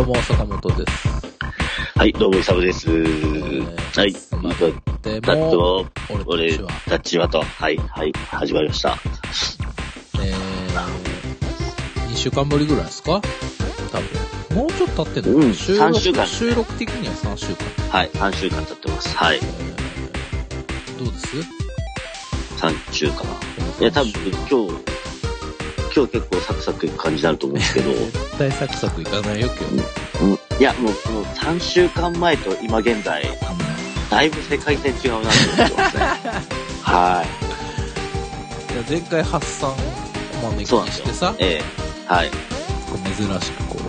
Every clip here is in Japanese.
うも、坂本です。 はい、どうも、イサムです。はい。 でも、 俺たちはと、はい、始まりました。 2週間ぶりぐらいですか？多分。もうちょっと経ってんの？ 3週間。 収録的には3週間。 はい、3週間経ってます。はい。どうです ?3 週間。いや、多分今日結構サクサクいく感じになると思うんですけど。 絶対サクサクいかないよ、今日。いや、もう3週間前と今現在、だいぶ世界線違うなって思ってますね。はい。 いや、前回発散お招きしてさ。 はい。 珍しくこう、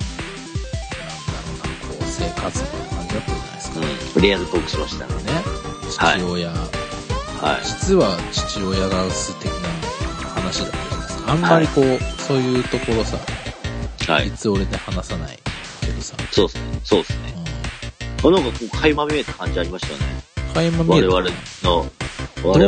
生活みたいな感じだったじゃないですか。 リアルトークしましたね。 父親。はい。実は父親が薄的な話だったじゃないですか。あんまりこう、そういうところさ、いつ俺で話さないけどさ。 そうっすね。なんかこう、垣間見えた感じありましたよね。 垣間見えた。 我々の、どう映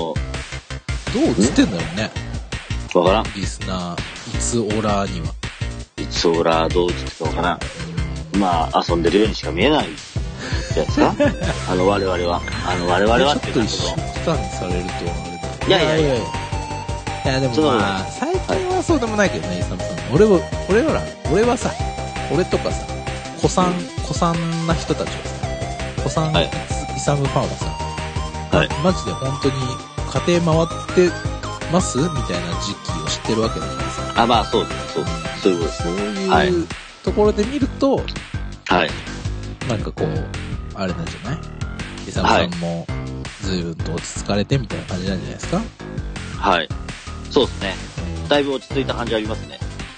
ってんだろうね。 わからん。 リスナー、いつオラには。 いつオラどう映ってたのかな。まあ、遊んでるようにしか見えないじゃないですか。我々はちょっと一緒に期間にされるとあれだ。いやでもまあ、最近はそうでもないけどね、イサムさん。俺はさ、俺とかさ、古参な人たちはさ、古参イサムファンはさ、マジで本当に家庭回ってますみたいな時期を知ってるわけだからさ。 あ、まあそうです。そういうことです。 そういうところで見ると、 はい。 なんかこう、あれなんじゃない？イサムさんも随分と落ち着かれてみたいな感じなんじゃないですか？ はい。そうですね。だいぶ落ち着いた感じありますね。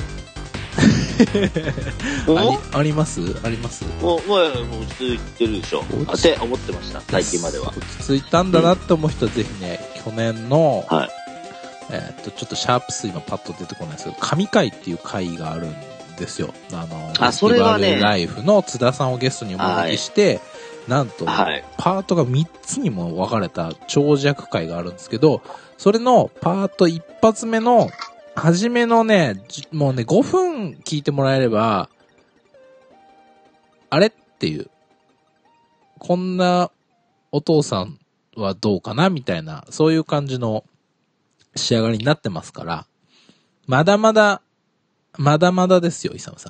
ありますもう落ち着いてるでしょ。って思ってました、最近までは。 落ち着いたんだなって思う人はぜひね、去年の、ちょっとシャープ数今パッと出てこないですけど、神回っていう回があるんですよ。 それはね、 ライフの津田さんをゲストにお招きして、なんと、パートが3つにも分かれた長尺回があるんですけど、それのパート一発目の、初めのね、もうね、5分聞いてもらえれば、あれっていう、こんなお父さんはどうかなみたいな、そういう感じの仕上がりになってますから、まだまだですよ、イサムさん。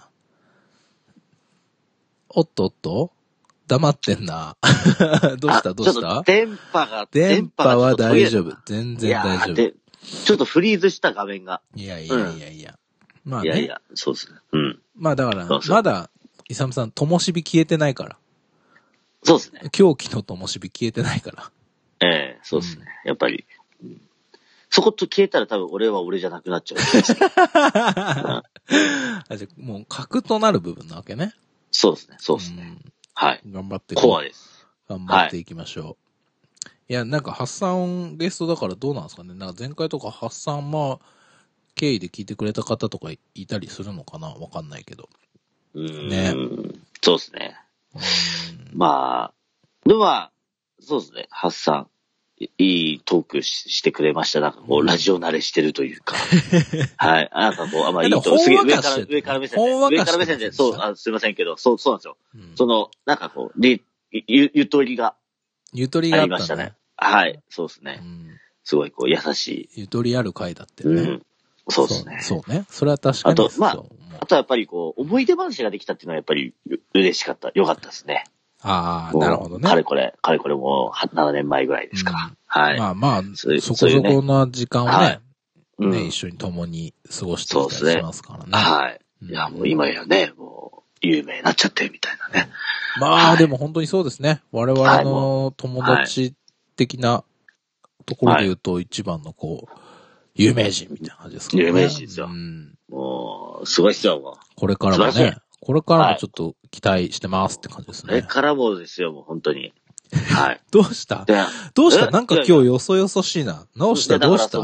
おっと黙ってんな。どうしたちょっと電波は大丈夫。全然大丈夫。 ちょっとフリーズした画面が。 いや。まあね。 いや、そうですね。 まあだから、まだ、イサムさん、灯火消えてないから。 そうですね。 狂気の灯火消えてないから。 そうですね。やっぱり。そこと消えたら多分俺は俺じゃなくなっちゃう。じゃもう核となる部分なわけね。 そうですね。はい。 頑張ってコアです。 頑張っていきましょう。いや、なんか発散ゲストだからどうなんですかね。なんか前回とか発散経緯で聞いてくれた方とかいたりするのかな？わかんないけど。ね。 そうですね。まあ、でもそうですね。発散。いいトークしてくれました。なんかこう、ラジオ慣れしてるというか。はい。なんかこう、いいと、すげえ上から目線で、すいませんけど、そうなんですよ。なんかこう、ゆとりが。 ゆとりがありましたね。はい。そうですね。すごいこう、優しい。 ゆとりある回だってね。 そうですね。 そうね。それは確かに。 あとはやっぱりこう、思い出話ができたっていうのはやっぱり嬉しかった。よかったですね。 ああ、なるほどね。 かれこれもう7年前ぐらいですから。はい。 まあ、そこそこな時間をね、一緒に共に過ごしていたりしますからね。 はい。いや、もう今やね、もう、有名になっちゃってみたいなね。 まあ、でも本当にそうですね。我々の友達的なところで言うと、一番のこう、有名人みたいな感じですかね。 有名人ですよ。もう、すごいっすよ、もう。 これからもね、ちょっと期待してますって感じですね。 これからもですよ、もう本当に。はい。 どうしたなんか今日よそよそしいな。どうしたんだお前。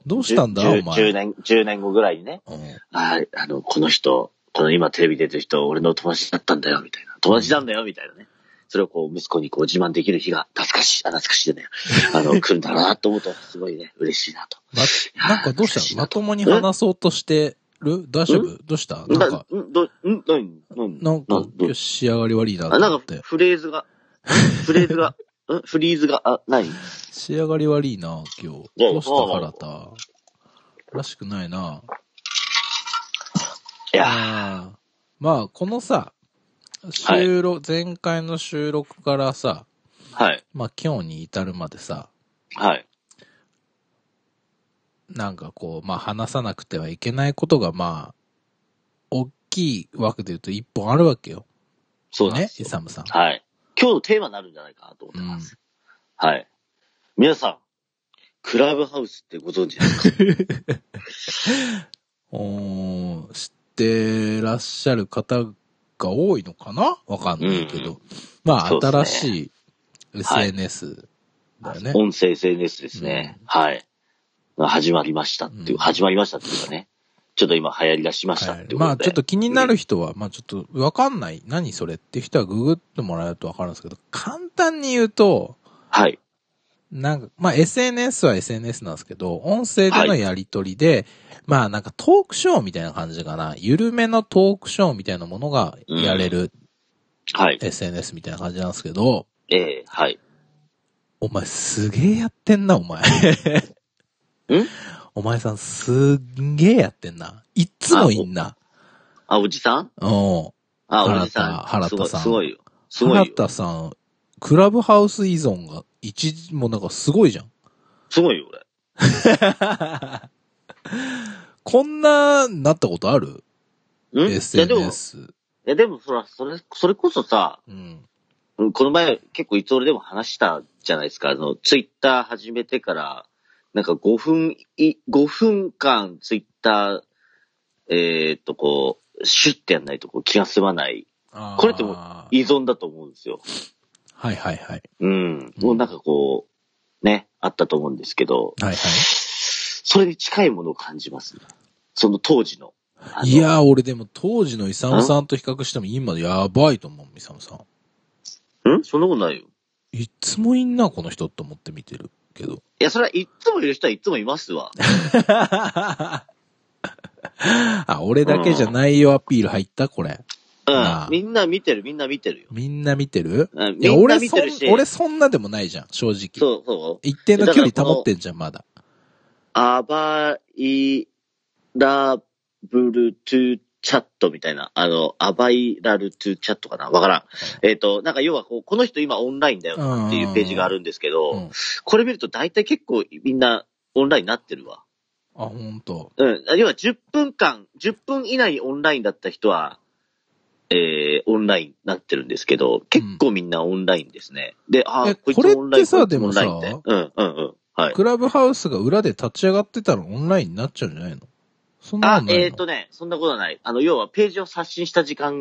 10年後ぐらいにね。この人、今テレビ出てる人、俺の友達だったんだよ、みたいな。友達なんだよ、みたいなね。それをこう、息子にこう自慢できる日が、懐かしいでね。来るんだろうなと思うと、すごいね、嬉しいなと。 なんかどうしたの？まともに話そうとして、 大丈夫？どうした？なんか、なんか、仕上がり悪いなと思って。 なんか、フリーズが、何？ 仕上がり悪いな、今日。どうした原田。らしくないな。 いやまあ、このさ、前回の収録からさ、 はい。 まあ今日に至るまでさ、 はい。 なんかこう、まあ話さなくてはいけないことがまあ、大きい枠で言うと一本あるわけよ。 そうなんですね、イサムさん。 はい。今日のテーマになるんじゃないかなと思ってます。はい。皆さん、クラブハウスってご存知ですか？ 知ってらっしゃる方が多いのかな？わかんないけど。まあ、新しい SNS だよね。 音声 SNS ですね。はい。始まりましたっていうかね。ちょっと今流行り出しましたっていうことで。 まあちょっと気になる人は、まあちょっとわかんない。何それっていう人はググってもらえるとわかるんですけど、簡単に言うと、 はい。 なんか、まあ SNS は SNS なんですけど、音声でのやりとりで、まあなんかトークショーみたいな感じかな。緩めのトークショーみたいなものがやれる、 はい。 SNS みたいな感じなんですけど、 はい。 お前すげえやってんな、お前。お前さんすんげえやってんな。いっつもいんな。 おじさん？おじさん。 原田さん。 すごいよ。原田さん、クラブハウス依存がもうなんかすごいじゃん。 すごいよ、俺。 こんな、なったことある？ SNS。 いやでも、それこそさ、この前結構いつ俺でも話したじゃないですか。ツイッター始めてから、なんか5分間ツイッター、こう、シュッてやんないとこう気が済まない。これってもう依存だと思うんですよ。 はいはいはい。 もうなんかこう、ね、あったと思うんですけど。 はいはい。 それに近いものを感じます。その当時の。 いやー、俺でも当時のイサムさんと比較しても今やばいと思う、イサムさん。 そんなことないよ。 いつもいんな、この人って思って見てるけど。 いや、それはいつもいる人はいつもいますわ。 俺だけじゃないよアピール入ったこれ。 みんな見てるよ。 みんな見てる？ みんな見てるし。 俺そんなでもないじゃん、正直。 そう。 一定の距離保ってんじゃん、まだ。 アバイラブルトゥチャットみたいな。アバイラルトゥチャットかなわからん。なんか要はこの人今オンラインだよっていうページがあるんですけど、これ見ると大体結構みんなオンラインになってるわ。 ほんと。 要は10分以内にオンラインだった人は、オンラインになってるんですけど、結構みんなオンラインですね。で、 こいつオンライン。これってさ、でもさ、 はい。 クラブハウスが裏で立ち上がってたらオンラインになっちゃうんじゃないの？そんなことないの？ そんなことはない。要はページを刷新した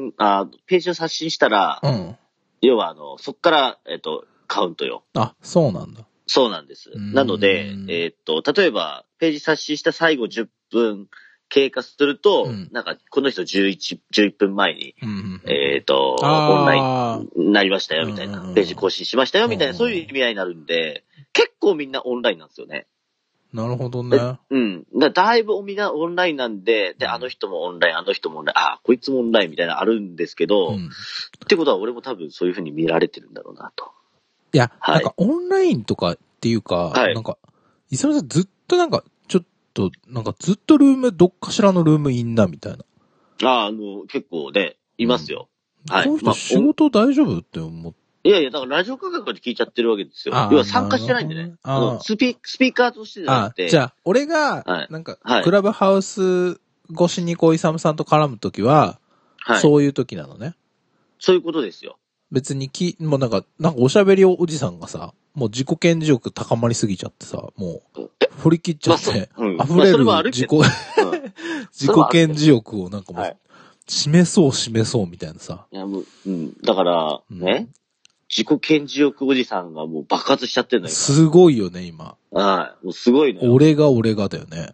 ら、要はそっから、カウントよ。 そうなんだ。 そうなんです。なので、例えば、ページ刷新した最後10分経過すると、なんか、この人11分前に、オンラインになりましたよ、みたいな。ページ更新しましたよ、みたいな、そういう意味合いになるんで、結構みんなオンラインなんですよね。 なるほどね。 だいぶみんなオンラインなんで、あの人もオンライン、あの人もオンライン、こいつもオンラインみたいなのあるんですけど、ってことは俺も多分そういう風に見られてるんだろうなと。 いや、なんかオンラインとかっていうか、なんか、イサムさんずっとなんか、なんかずっとどっかしらのルームいんなみたいな。 結構ね、いますよ。 この人仕事大丈夫って思って。 いや、だからラジオ価格で聞いちゃってるわけですよ。要は参加してないんでね。スピーカーとしてじゃなくて。 じゃあ、俺が、なんか、クラブハウス越しにイサムさんと絡むときは、そういうときなのね。 そういうことですよ。 別にもうなんかおしゃべりおじさんがさ、もう自己顕示欲高まりすぎちゃってさ、もう、振り切っちゃって、溢れる自己顕示欲をなんかもう、示そうみたいなさ。 いや、もう、だから、ね、自己顕示欲おじさんがもう爆発しちゃってるのよ。 すごいよね、今。 もうすごいのよ。 俺がだよね。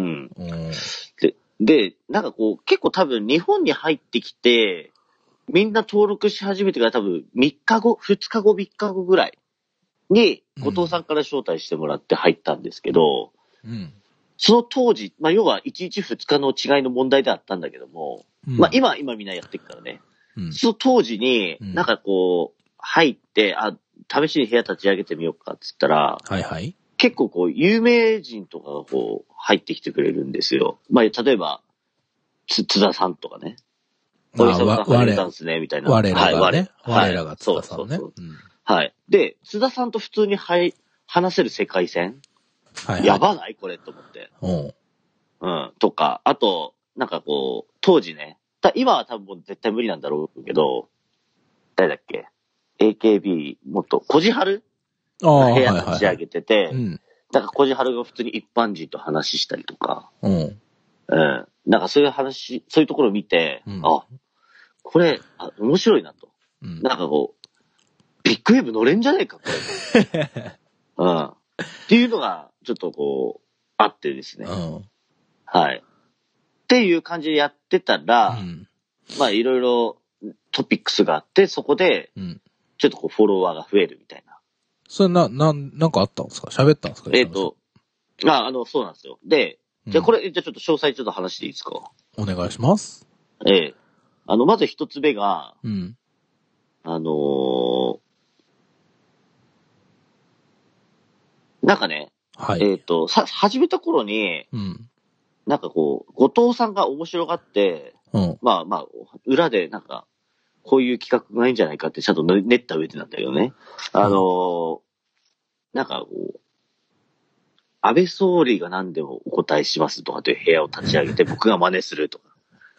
で、なんかこう、結構多分日本に入ってきて、みんな登録し始めてから多分2日後ぐらいに、後藤さんから招待してもらって入ったんですけど、 その当時、まあ要は1日2日の違いの問題であったんだけども、まあ今みんなやってるからね。その当時に、なんかこう、入って、試しに部屋立ち上げてみようかって言ったら、 はいはい。 結構こう、有名人とかがこう、入ってきてくれるんですよ。まあ例えば、津田さんとかね。 我らが津田さんね。 はい。で、津田さんと普通に話せる世界線、やばないこれと思って。とか、あと、なんかこう、当時ね、今は多分もう絶対無理なんだろうけど、誰だっけ ?AKB、もっと、小路春部屋立ち上げてて、だから小路春が普通に一般人と話したりとか、なんかそういう話、そういうところを見て、これ、面白いなと。なんかこう、ビッグウェーブ乗れんじゃねえか、これ。っていうのが、ちょっとこう、あってですね。はい。っていう感じでやってたら、まあいろいろトピックスがあって、そこで、ちょっとこうフォロワーが増えるみたいな。 それなんかあったんですか？喋ったんですか？ そうなんですよ。で、じゃあこれ、じゃあちょっと詳細ちょっと話していいですか？ お願いします。 まず一つ目が、なんかね、始めた頃に、なんかこう、後藤さんが面白がって、まあ、裏でなんか、こういう企画がいいんじゃないかってちゃんと練った上でなんだけどね。なんかこう、安倍総理が何でもお答えしますとかという部屋を立ち上げて僕が真似するとか。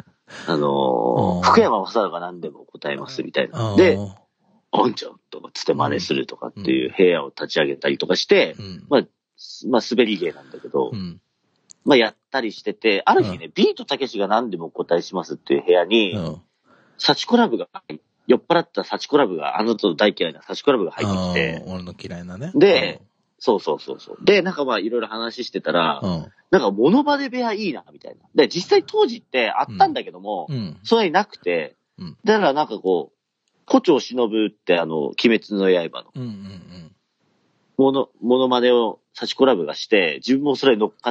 福山雅治が何でも答えますみたいな。で、あんちゃんとかつって真似するとかっていう部屋を立ち上げたりとかして、まあ、滑り芸なんだけど、まあやったりしてて、ある日ね、ビートたけしが何でもお答えしますっていう部屋に、サチコラブが、酔っ払ったサチコラブが、大嫌いなサチコラブが入ってきて、 俺の嫌いなね。 で、そう。で、なんかまあいろいろ話してたら、なんかモノマネ部屋いいな、みたいな。で、実際当時ってあったんだけども、それになくて、だからなんかこう、胡蝶忍って鬼滅の刃の、モノマネをサチコラブがして、自分もそれに乗っかって、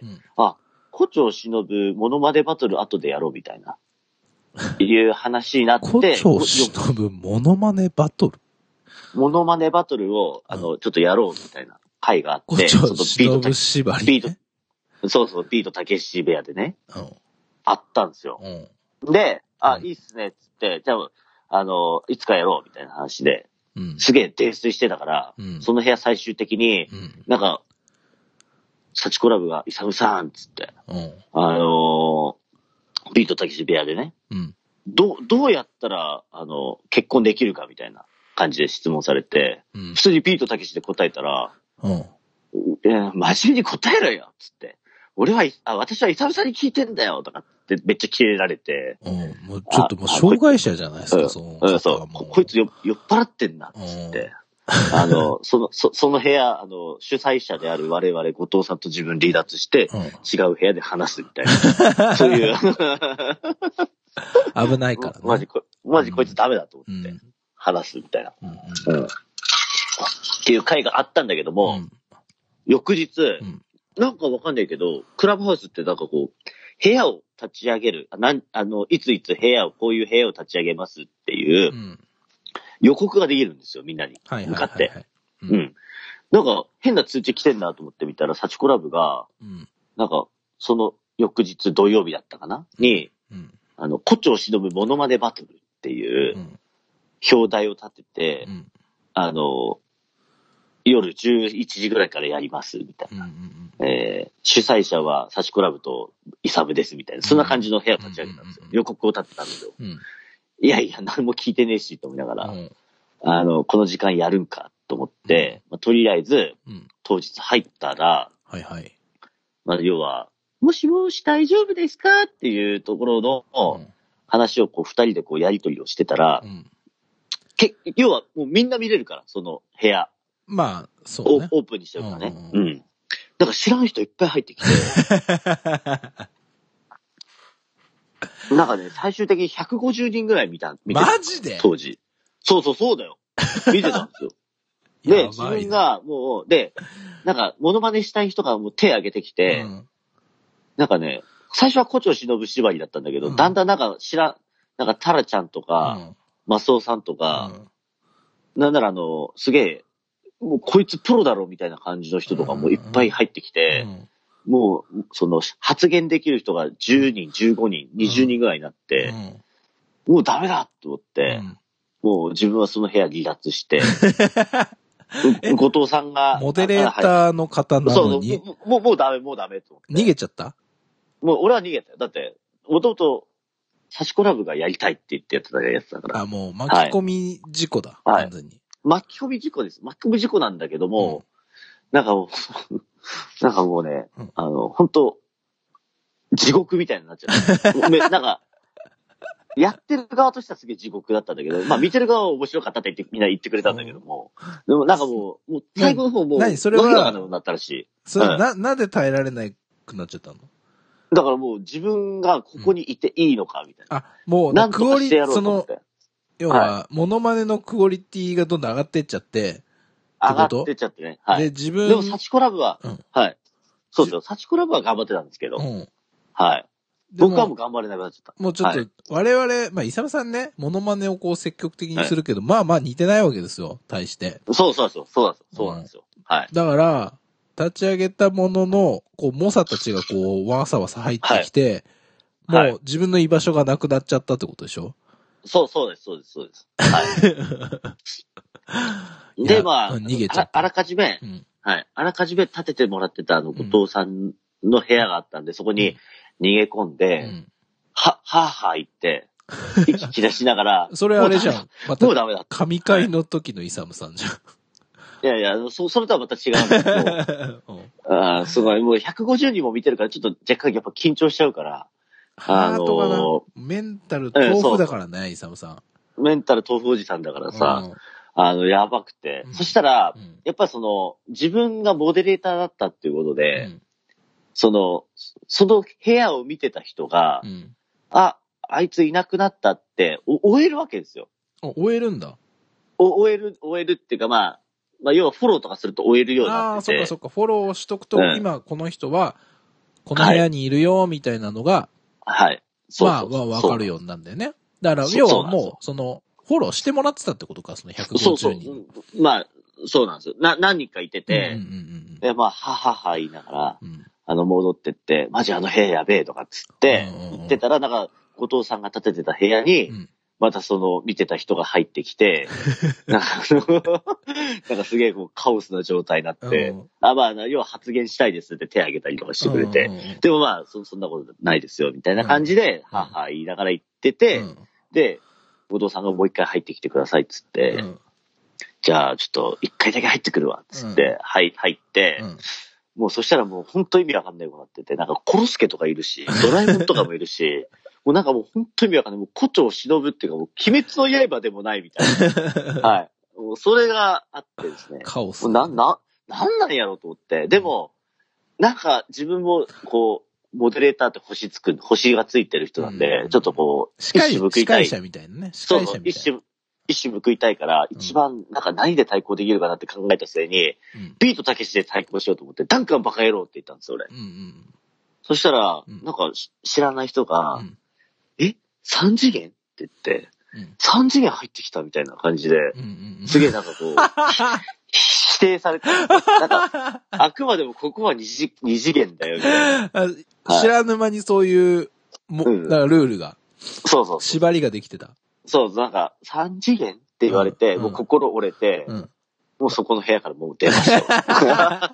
胡蝶忍モノマネバトル後でやろうみたいな、いう話になって、胡蝶忍モノマネバトルモノマネバトルを、ちょっとやろうみたいな回があって、 ちょっとビート縛り、 ビートたけし部屋でね、あったんですよ。で、いいっすね、っつって、じゃあ、いつかやろうみたいな話で、すげえ泥酔してたから、その部屋最終的に、なんか、サチコラブが、イサムさんっつって、ビートたけし部屋でね、どうやったら、結婚できるかみたいな感じで質問されて、普通にビートたけしで答えたら、真面目に答えろよっつって、私はイサムさんに聞いてんだよとかってめっちゃキレられて、 もうちょっともう障害者じゃないですか、 こいつ酔っ払ってんなっつって。その部屋、主催者である我々、後藤さんと自分離脱して、違う部屋で話すみたいな。そういう。 危ないからね。 マジこいつダメだと思って、話すみたいな。っていう会があったんだけども、翌日、なんかわかんないけど、クラブハウスってなんかこう、部屋を立ち上げる、いつこういう部屋を立ち上げますっていう、予告ができるんですよ、みんなに。向かって。なんか、変な通知来てんなと思ってみたら、サチコラブが、なんか、その翌日土曜日だったかなに、胡蝶忍モノマネバトルっていう、表題を立てて、夜11時ぐらいからやります、みたいな。主催者はサチコラブとイサムです、みたいな。そんな感じの部屋を立ち上げたんですよ。予告を立てたんですよ。いや、何も聞いてねえし、と思いながら、この時間やるんか、と思って、とりあえず、当日入ったら、要は、もしもし大丈夫ですかっていうところの話をこう二人でこうやりとりをしてたら、要はもうみんな見れるから、その部屋。 まあ、そうね。 オープンにしてるからね。だから知らん人いっぱい入ってきて。なんかね、最終的に150人ぐらい見た。 マジで当時。そうだよ。見てたんですよ。 で、自分がもう、で、なんか、モノマネしたい人がもう手挙げてきて、なんかね、最初は胡蝶忍縛りだったんだけど、だんだんなんかなんかタラちゃんとか、マスオさんとか、なんならすげえ、もうこいつプロだろみたいな感じの人とかもいっぱい入ってきて、もう、発言できる人が10人、15人、20人ぐらいになって、もうダメだと思って、もう自分はその部屋離脱して、後藤さんが。 モデレーターの方なのに。 そう、もうダメと思って。 逃げちゃった？ もう俺は逃げたよ。だって、もともと、サチコラブがやりたいって言ってやってたやつだから。 あ、もう巻き込み事故だ。 はい、 完全に。 巻き込み事故です。巻き込み事故なんだけども、なんかもうね、本当地獄みたいになっちゃう。なんか、やってる側としてはすげえ地獄だったんだけど、まあ見てる側は面白かったってみんな言ってくれたんだけども、でもなんかもう最後の方もう、 それは、 わかんなくなったらしい。 それ、なんで耐えられなくなっちゃったの？ だからもう自分がここにいていいのかみたいな。 あ、もう、 なんとかしてやろうと思って。 要は、モノマネのクオリティがどんどん上がってっちゃって、 上がってっちゃってね。はい。 で、でも、サチコラブは、はい。そうですよ。サチコラブは頑張ってたんですけど、はい。僕はもう頑張れなくなっちゃった。 もうちょっと、我々、まあ、イサムさんね、モノマネをこう積極的にするけど、まあまあ似てないわけですよ、対して。 そうなんですよ。はい。 だから、立ち上げたものの、こう、猛者たちがこう、わさわさ入ってきて、もう自分の居場所がなくなっちゃったってことでしょ？ そうです。はい。で、まあ、 逃げちゃった。 あらかじめ、はい。あらかじめ建ててもらってた後藤さんの部屋があったんで、そこに逃げ込んで、はぁ言って、息切らしながら、 それあれじゃん。 もうダメだ。 神回の時のイサムさんじゃん。 いや、それとはまた違うんですけど、すごい、もう150人も見てるから、ちょっと若干やっぱ緊張しちゃうから、 ハートがな、メンタル豆腐だからね、イサムさん。メンタル豆腐おじさんだからさ、やばくて。そしたら、やっぱ自分がモデレーターだったっていうことで、その部屋を見てた人が、あいついなくなったって、終えるわけですよ。 終えるんだ。 終えるっていうか、まあ、要はフォローとかすると終えるようになってて。 そっか。フォローしとくと、今この人は、この部屋にいるよ、みたいなのが、 はい。 わかるようになるんだよね。だから、要はもう、フォローしてもらってたってことか、その150人。 まあ、そうなんですよ。何人かいてて、で、まあ、は言いながら、戻ってって、マジ部屋やべえとかっつって、言ってたら、なんか、後藤さんが建ててた部屋に、また見てた人が入ってきて、なんかすげえカオスな状態になって、まあ、要は発言したいですって手挙げたりとかしてくれて、でもまあ、そんなことないですよ、みたいな感じで、は言いながら言ってて、で、後藤さんがもう一回入ってきてくださいっつって、じゃあちょっと一回だけ入ってくるわっつって、入って、もうそしたらもう本当意味わかんないようになってて、なんかコロスケとかいるし、ドラえもんとかもいるし、もうなんかもう本当に意味わかんない。もう胡蝶忍っていうかもう鬼滅の刃でもないみたいな。はい。もうそれがあってですね。 カオス。 なんなんやろうと思って。でも、なんか自分もこう、モデレーターって星がついてる人なんで、ちょっとこう、 一矢報いたい。司会者みたいなね。 そう、一矢報いたいから、一番なんか何で対抗できるかなって考えた末に、ビートたけしで対抗しようと思って、ダンカンバカ野郎って言ったんですよ、俺。そしたら、なんか知らない人が、3次元って言って、3次元入ってきたみたいな感じで、すげえなんかこう、否定されて、なんか、あくまでもここは二次元だよみたいな。 知らぬ間にそういう、だからルールが、縛りができてた。 そう、なんか、3次元って言われて、もう心折れて、もうそこの部屋からもう出ましたよ。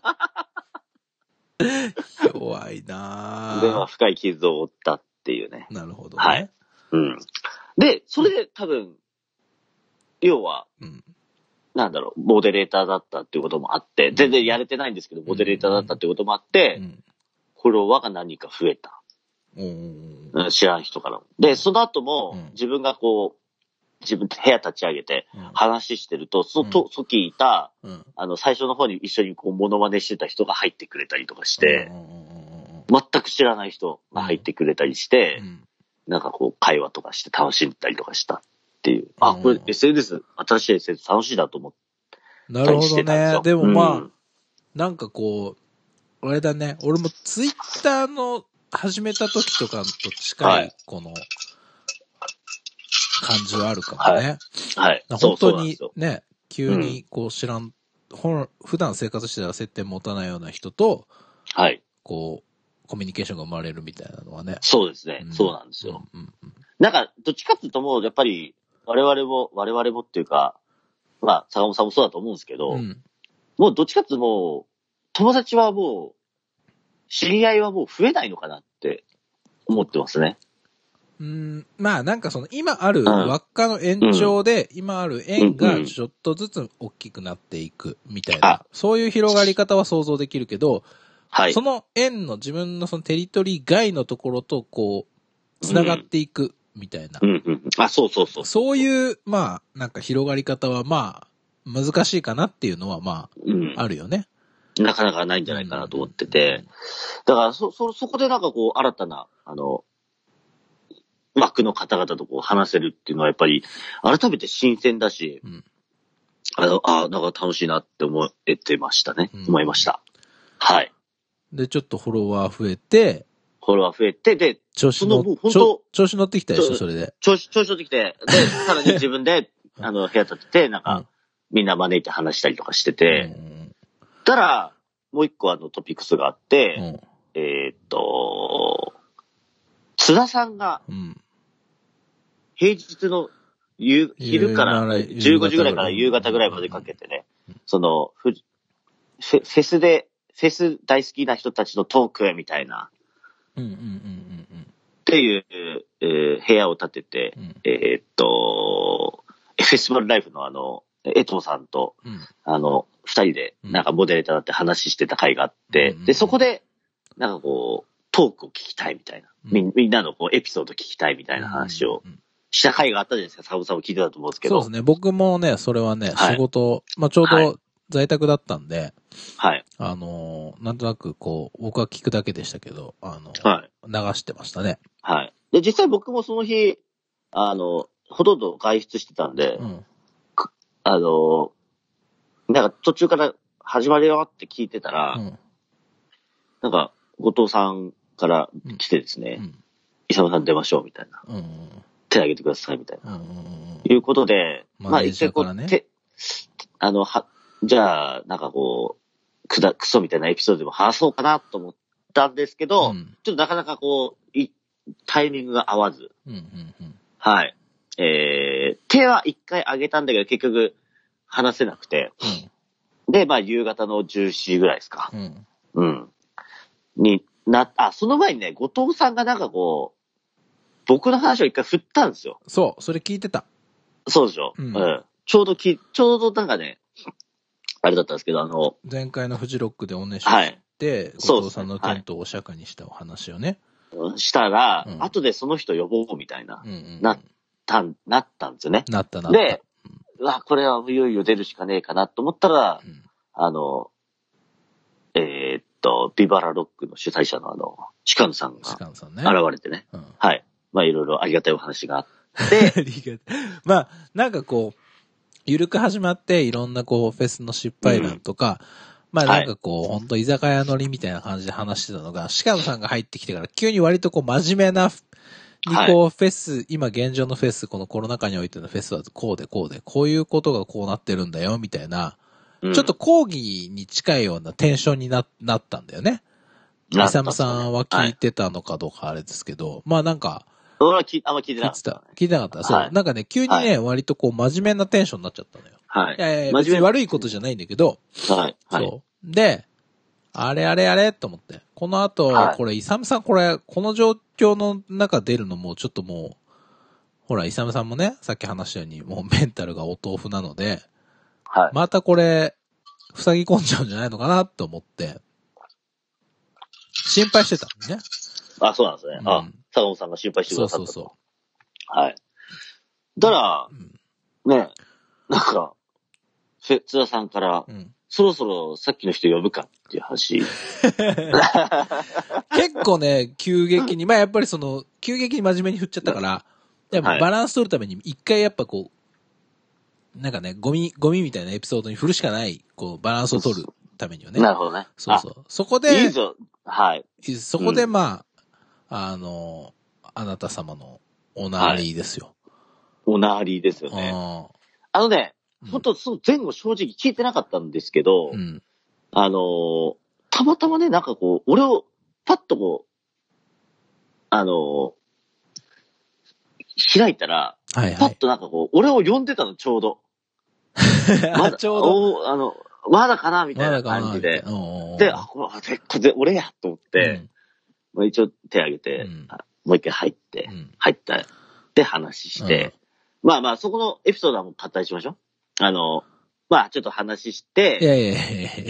弱いなぁ。 で、まあ、深い傷を負ったっていうね。 なるほどね。 はい。で、それで多分、要は、なんだろう、モデレーターだったっていうこともあって、全然やれてないんですけど、モデレーターだったっていうこともあって、フォロワーが何人か増えた。知らん人からも。で、その後も、自分がこう、自分で部屋立ち上げて話してると、時いた、最初の方に一緒にこう、モノマネしてた人が入ってくれたりとかして、全く知らない人が入ってくれたりして、なんかこう、会話とかして楽しんだりとかしたっていう。これ SNS、新しい SNS 楽しいだと思なるほどね。でもまあ、 うん、 なんかこう、あれだね。俺もツイッターの始めた時とかと近い、この、感じはあるかもね。 はい。 本当にね、急にこう普段生活してたら接点持たないような人と、 はい。 こう、コミュニケーションが生まれるみたいなのはね。 そうですね。そうなんですよ。なんか、どっちかっていうともう、やっぱり、我々もっていうか、まあ、坂本さんもそうだと思うんですけど、もうどっちかっていうともう、友達はもう、知り合いはもう増えないのかなって思ってますね。 まあなんかその今ある輪っかの延長で、今ある円がちょっとずつ大きくなっていくみたいな、そういう広がり方は想像できるけど、はい、その円の自分のそのテリトリー外のところとこう、繋がっていくみたいな。 そうそうそう。 そういう、まあなんか広がり方はまあ難しいかなっていうのはまあ、あるよね。 なかなかないんじゃないかなと思ってて。だからそこでなんかこう新たな、枠の方々とこう話せるっていうのはやっぱり改めて新鮮だし、なんか楽しいなって思えてましたね。思いました。はい。 で、ちょっとフォロワー増えて、 で、 調子乗ってきたでしょ、それで。 調子乗ってきて、で、さらに自分で、部屋立てて、なんか、みんな招いて話したりとかしてて、たら、もう一個トピックスがあって、津田さんが、平日の昼から15時ぐらいから夕方ぐらいまでかけてね、その、フェス大好きな人たちのトークみたいな、っていう、部屋を建てて、フェスティバルライフの江藤さんと、二人で、なんかモデレーターだって話してた回があって、で、そこで、なんかこう、トークを聞きたいみたいな、みんなのこうエピソード聞きたいみたいな話をした回があったじゃないですか。サブさんも聞いてたと思うんですけど。 そうですね。僕もね、それはね、仕事、まあちょうど在宅だったんで、はい。なんとなくこう、僕は聞くだけでしたけど、流してましたね。 はい。で、実際僕もその日、ほとんど外出してたんで、なんか途中から始まるよって聞いてたら、なんか、後藤さんから来てですね、イサムさん出ましょうみたいな。手挙げてくださいみたいな。いうことで、まあ一回こう、じゃあ、なんかこう、クソみたいなエピソードでも話そうかなと思ったんですけど、ちょっとなかなかこう、タイミングが合わず。はい。手は一回挙げたんだけど結局話せなくて。で、まあ夕方の17時ぐらいですか。その前にね、後藤さんがなんかこう、僕の話を一回振ったんですよ。 そう、それ聞いてた。 そうでしょ。ちょうどなんかね、あれだったんですけど、 前回のフジロックでおねしをして、後藤さんのテントをお釈迦にしたお話をね。 したら、後でその人呼ぼうみたいな、なったんですよね。 なった。 で、これはいよいよ出るしかねえかなと思ったら、ビバラロックの主催者の鹿野さんが現れてね。はい。まあいろいろありがたいお話があって。 まあ、なんかこう、ゆるく始まっていろんなこうフェスの失敗談とか、まあなんかこう、ほんと居酒屋乗りみたいな感じで話してたのが、鹿野さんが入ってきてから急に割とこう真面目な、こうフェス、今現状のフェス、このコロナ禍においてのフェスはこうで、こういうことがこうなってるんだよ、みたいな、ちょっと講義に近いようなテンションになったんだよね。イサムさんは聞いてたのかどうかあれですけど、まあなんか、 俺はあんま聞いてなかった。 聞いてなかった。そう。なんかね、急にね、割とこう真面目なテンションになっちゃったのよ。 はい。 いや別に悪いことじゃないんだけど、 はい。 そう。で、あれと思って。この後、これ、イサムさんこの状況の中出るのもちょっともう、ほら、イサムさんもね、さっき話したように、もうメンタルがお豆腐なので、はい。またこれ、塞ぎ込んじゃうんじゃないのかなと思って、心配してたのね。 そうなんですね。坂本さんが心配してくださったと。そう。はい。だから、ね、なんか、津田さんから、そろそろさっきの人呼ぶかっていう話。 結構ね、急激に、まあやっぱり急激に真面目に振っちゃったから、でもバランス取るために一回やっぱこう、 なんかね、ゴミみたいなエピソードに振るしかない、こう、バランスを取るためにはね。 なるほどね。 そうそう。そこで、 いいぞ。はい。 そこでまあ、あなた様のおなりですよ。 おなりですよね。ほんと、その前後正直聞いてなかったんですけど、たまたまね、なんかこう、俺を、パッとこう、開いたら、パッとなんかこう、俺を呼んでたの、ちょうど。まだ、 ちょうど。 まだかなみたいな感じで。で、俺やと思って、一応手挙げて、もう一回入った。で、話して、まあ、そこのエピソードはもう割愛しましょう。まあ、ちょっと話して、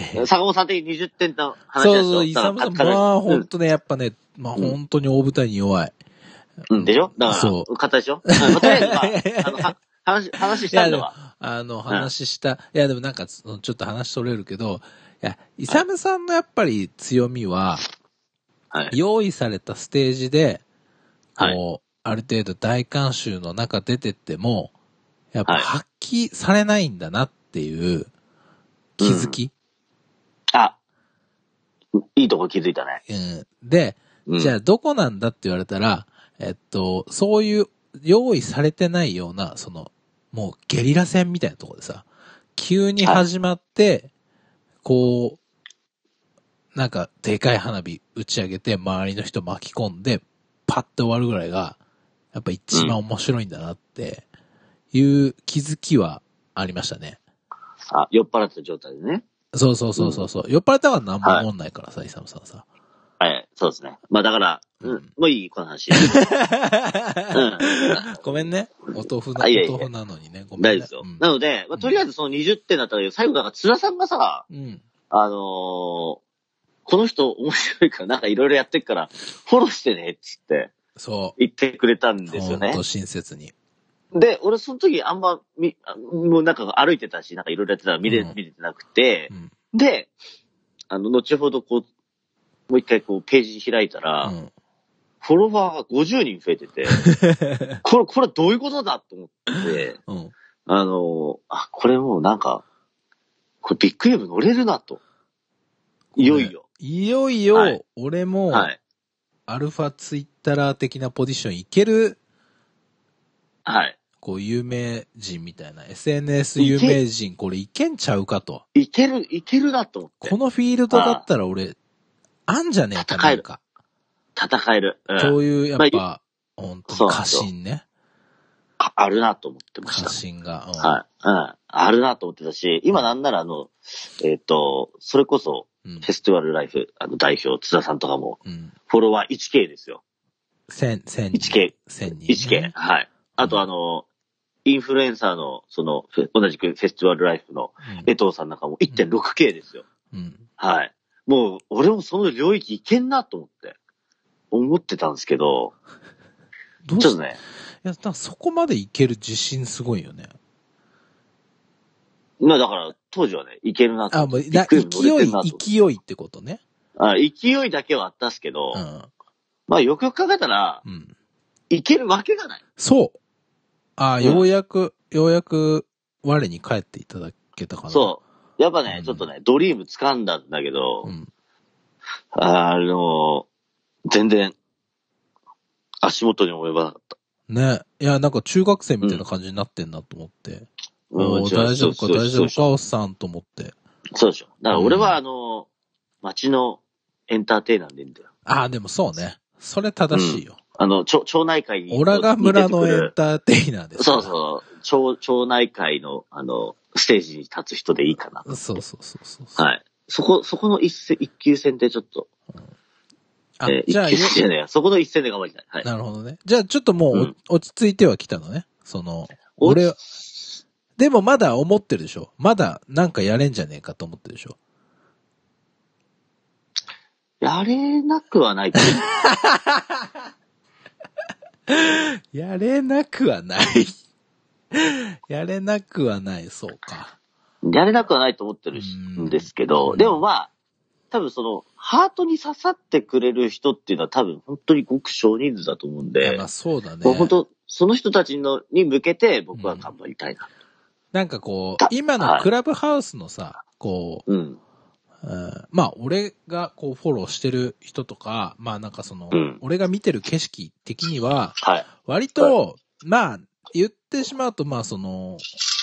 坂本さん的に20点の話だと。 そう、イサムさん、まあ、ほんとね、やっぱね、まあ、本当に大舞台に弱い。 でしょだから、勝ったでしょとりあえず、話したんだわ。 話した。いや、でもなんか、ちょっと話取れるけど、いや、イサムさんのやっぱり強みは、用意されたステージで、こう、ある程度大観衆の中出てっても、やっぱ発揮されないんだなっていう気づき。 いいとこ気づいたね。 で、じゃあどこなんだって言われたら、そういう用意されてないような、もうゲリラ戦みたいなところでさ、急に始まって、こう、なんかでかい花火打ち上げて周りの人巻き込んで、パッと終わるぐらいが、やっぱ一番面白いんだなっていう気づきはありましたね。 酔っ払った状態でね。 そう。酔っ払ったから何も思んないからさ、イサムさんさ。 はい、そうですね。まあだから、もういいこの話。 ごめんね。お豆腐なのにね。ごめんね。 大丈夫ですよ。なので、とりあえずその20点だったけど、最後なんか津田さんがさ、この人面白いからなんかいろいろやってっから、フォローしてね、っつって。言ってくれたんですよね。 ほんと親切に。 で、俺その時あんま、もうなんか歩いてたし、なんかいろいろやってたら見れてなくて、で、後ほどこう、もう一回こうページ開いたら、フォロワーが50人増えてて、これどういうことだと思って、これもうなんか、これビッグウェーブ乗れるなと。いよいよ、 俺も、アルファツイッター的なポジションいける、こう有名人みたいな、SNS 有名人これいけんちゃうかと。 いけるなと思って。 このフィールドだったら俺、あんじゃねえかなんか。 戦える。 そういうやっぱ、本当に過信ね。 あるなと思ってました。 過信が。 あるなと思ってたし、今なんならそれこそ、フェスティバルライフ、代表、津田さんとかも、フォロワー 1K ですよ。1K。1K。はい。あとインフルエンサーの、同じくフェスティバルライフの江藤さんなんかも 1.6K ですよ。はい。もう、俺もその領域いけんなと思ってたんですけど、ちょっとね。 いや、そこまでいける自信すごいよね。 まあだから、当時はね、いけるなと。 もう勢いってことね。 勢いだけはあったっすけど、まあよくよく考えたら、いけるわけがない。 そう。ようやく我に帰っていただけたかな。 そう。やっぱね、ちょっとね、ドリーム掴んだんだけど、全然、足元に及ばなかった。 ね。いや、なんか中学生みたいな感じになってんなと思って。大丈夫か、おっさんと思って。 そうでしょ。だから俺は街のエンターテイナーでいいんだよ。 でもそうね。それ正しいよ。 町内会に。 オラが村のエンターテイナーです。 そう。町内会の、ステージに立つ人でいいかな。 そう。 はい。そこの一級戦でちょっと。じゃあ、そこの一戦で頑張りたい。はい。 なるほどね。じゃあ、ちょっともう、落ち着いてはきたのね。俺は、でもまだ思ってるでしょ。まだなんかやれんじゃねえかと思ってるでしょ。 やれなくはない。 やれなくはない。やれなくはない、そうか。 やれなくはないと思ってるんですけど、でもまあ、多分ハートに刺さってくれる人っていうのは多分本当にごく少人数だと思うんで。 まあそうだね。 本当、その人たちに向けて僕は頑張りたいな。 なんかこう、今のクラブハウスのさ、こう、まあ、俺がこうフォローしてる人とか、まあなんかその、俺が見てる景色的には、割と、まあ、言ってしまうと、まあその、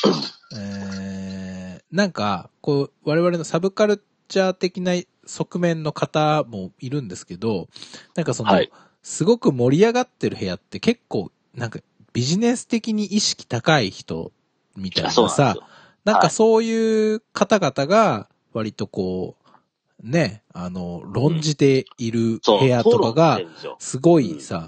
なんか、こう、我々のサブカルチャー的な側面の方もいるんですけど、なんかその、すごく盛り上がってる部屋って結構、なんかビジネス的に意識高い人みたいなさ、なんかそういう方々が割とこう、ね、論じている部屋とかが、すごいさ、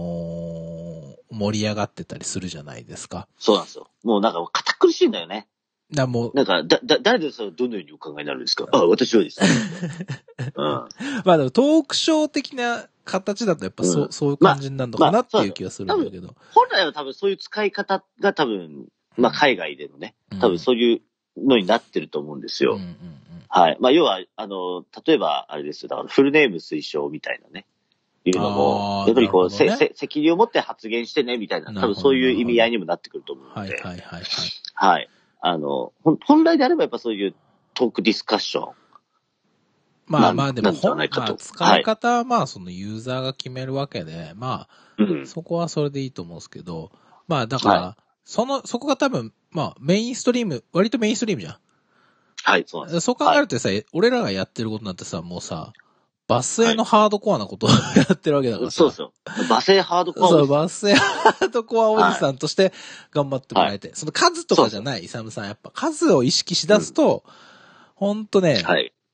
盛り上がってたりするじゃないですか。 そうなんですよ。もうなんか堅苦しいんだよね。 もう。 なんか、誰でそれどのようにお考えになるんですか？私はです。 まあでもトークショー的な形だとやっぱそういう感じになるのかなっていう気がするんだけど。 本来は多分そういう使い方が多分、まあ海外でのね、多分そういうのになってると思うんですよ。はい。まあ要は、例えばあれですよ。だからフルネーム推奨みたいなね。いうのも、やっぱりこう、責任を持って発言してね、みたいな、多分そういう意味合いにもなってくると思うので。はい。本来であればやっぱそういうトークディスカッション。 まあまあでも使い方はまあそのユーザーが決めるわけで、まあ、そこはそれでいいと思うんですけど、まあだから、そこが多分、まあメインストリーム、割とメインストリームじゃん。 はい、そうなんです。 そう考えるとさ、俺らがやってることなんてさ、もうさ、バスへのハードコアなことをやってるわけだからさ。 そうそう。バスへハードコアそう、バスへハードコアおじさんとして頑張ってもらえて。その数とかじゃない、イサムさん。やっぱ数を意識しだすと、ほんとね、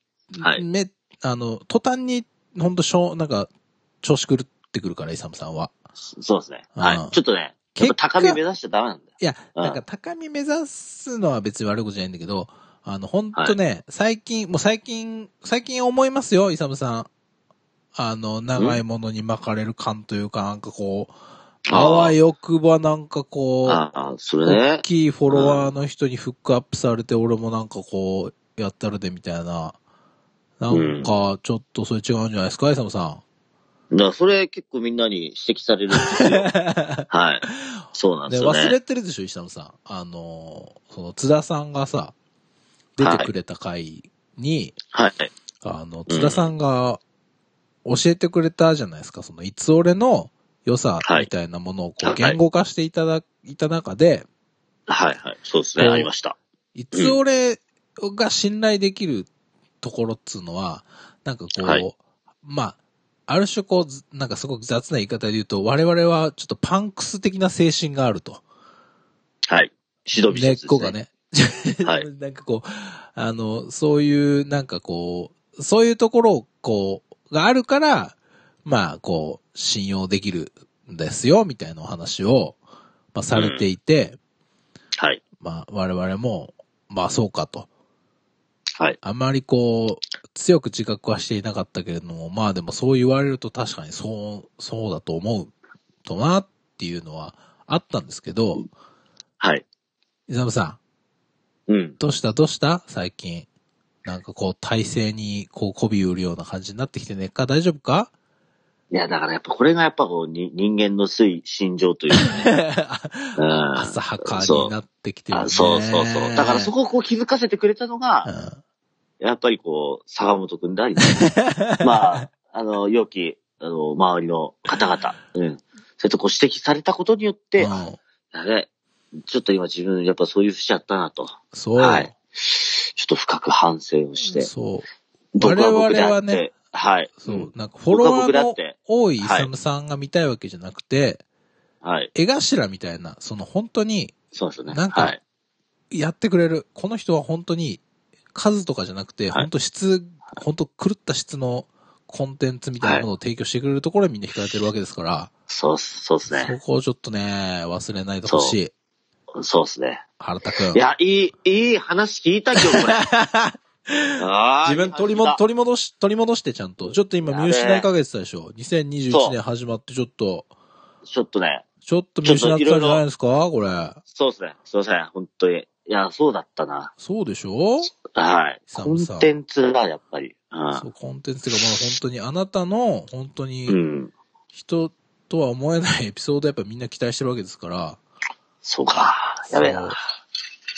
途端に、ほんとなんか、調子狂ってくるから、イサムさんは。 そうですね。はい。ちょっとね、やっぱ高み目指しちゃダメなんだよ。 いや、なんか高み目指すのは別に悪いことじゃないんだけど、ほんとね、最近思いますよ、イサムさん。長いものに巻かれる感というか、なんかこう、あわよくばなんかこう、 それね。 大きいフォロワーの人にフックアップされて、俺もなんかこう、やったるでみたいな。なんか、ちょっとそれ違うんじゃないですか、イサムさん。 だからそれ結構みんなに指摘されるんですよ。はい。そうなんですよね。 忘れてるでしょ、イサムさん。その、津田さんがさ、出てくれた回に、津田さんが教えてくれたじゃないですか、その、いつ俺の良さみたいなものをこう言語化していた中で、 そうですね、ありました。 いつ俺が信頼できるところっつうのは、なんかこう、まあ、ある種こう、なんかすごく雑な言い方で言うと、我々はちょっとパンクス的な精神があると。 はい。指導根っこがね。なんかこう、そういう、なんかこう、そういうところをこう、があるから、まあ、こう、信用できるんですよ、みたいなお話を、まあ、されていて、まあ、我々も、まあ、そうかと。あまりこう、強く自覚はしていなかったけれども、まあでもそう言われると確かにそうだと思うとなっていうのはあったんですけど、イサムさん。どうした最近。なんかこう、体制にこう、媚び売るような感じになってきてねっか大丈夫か？ いや、だからやっぱこれがやっぱこう、人間の心情というかね。 浅はかになってきてるね。 そう。だからそこをこう気づかせてくれたのが、やっぱりこう、坂本くんだり、まあ、良き、周りの方々、そうやってこう指摘されたことによって、ちょっと今自分やっぱそういうしちゃったなと。ちょっと深く反省をして。 我々はね、なんかフォロワーの多いイサムさんが見たいわけじゃなくて、絵頭みたいな、その本当に、なんか、やってくれる。この人は本当に、数とかじゃなくて、本当狂った質のコンテンツみたいなものを提供してくれるところにみんな惹かれてるわけですから。 そうですね。 そこをちょっとね、忘れないでほしい。 そうですね。 原田くん。 いや、いい話聞いた今日これ。 自分取り戻してちゃんと。ちょっと今見失いかけてたでしょ。2021年始まってちょっとね。 ちょっと見失ってたんじゃないですかこれ。 そうですね。すいません。本当に。いや、そうだったな。 そうでしょ？ はい。コンテンツだ、やっぱり。 そう、コンテンツがまあ本当にあなたの、本当に、人とは思えないエピソードやっぱみんな期待してるわけですから。 そうか。やべえな。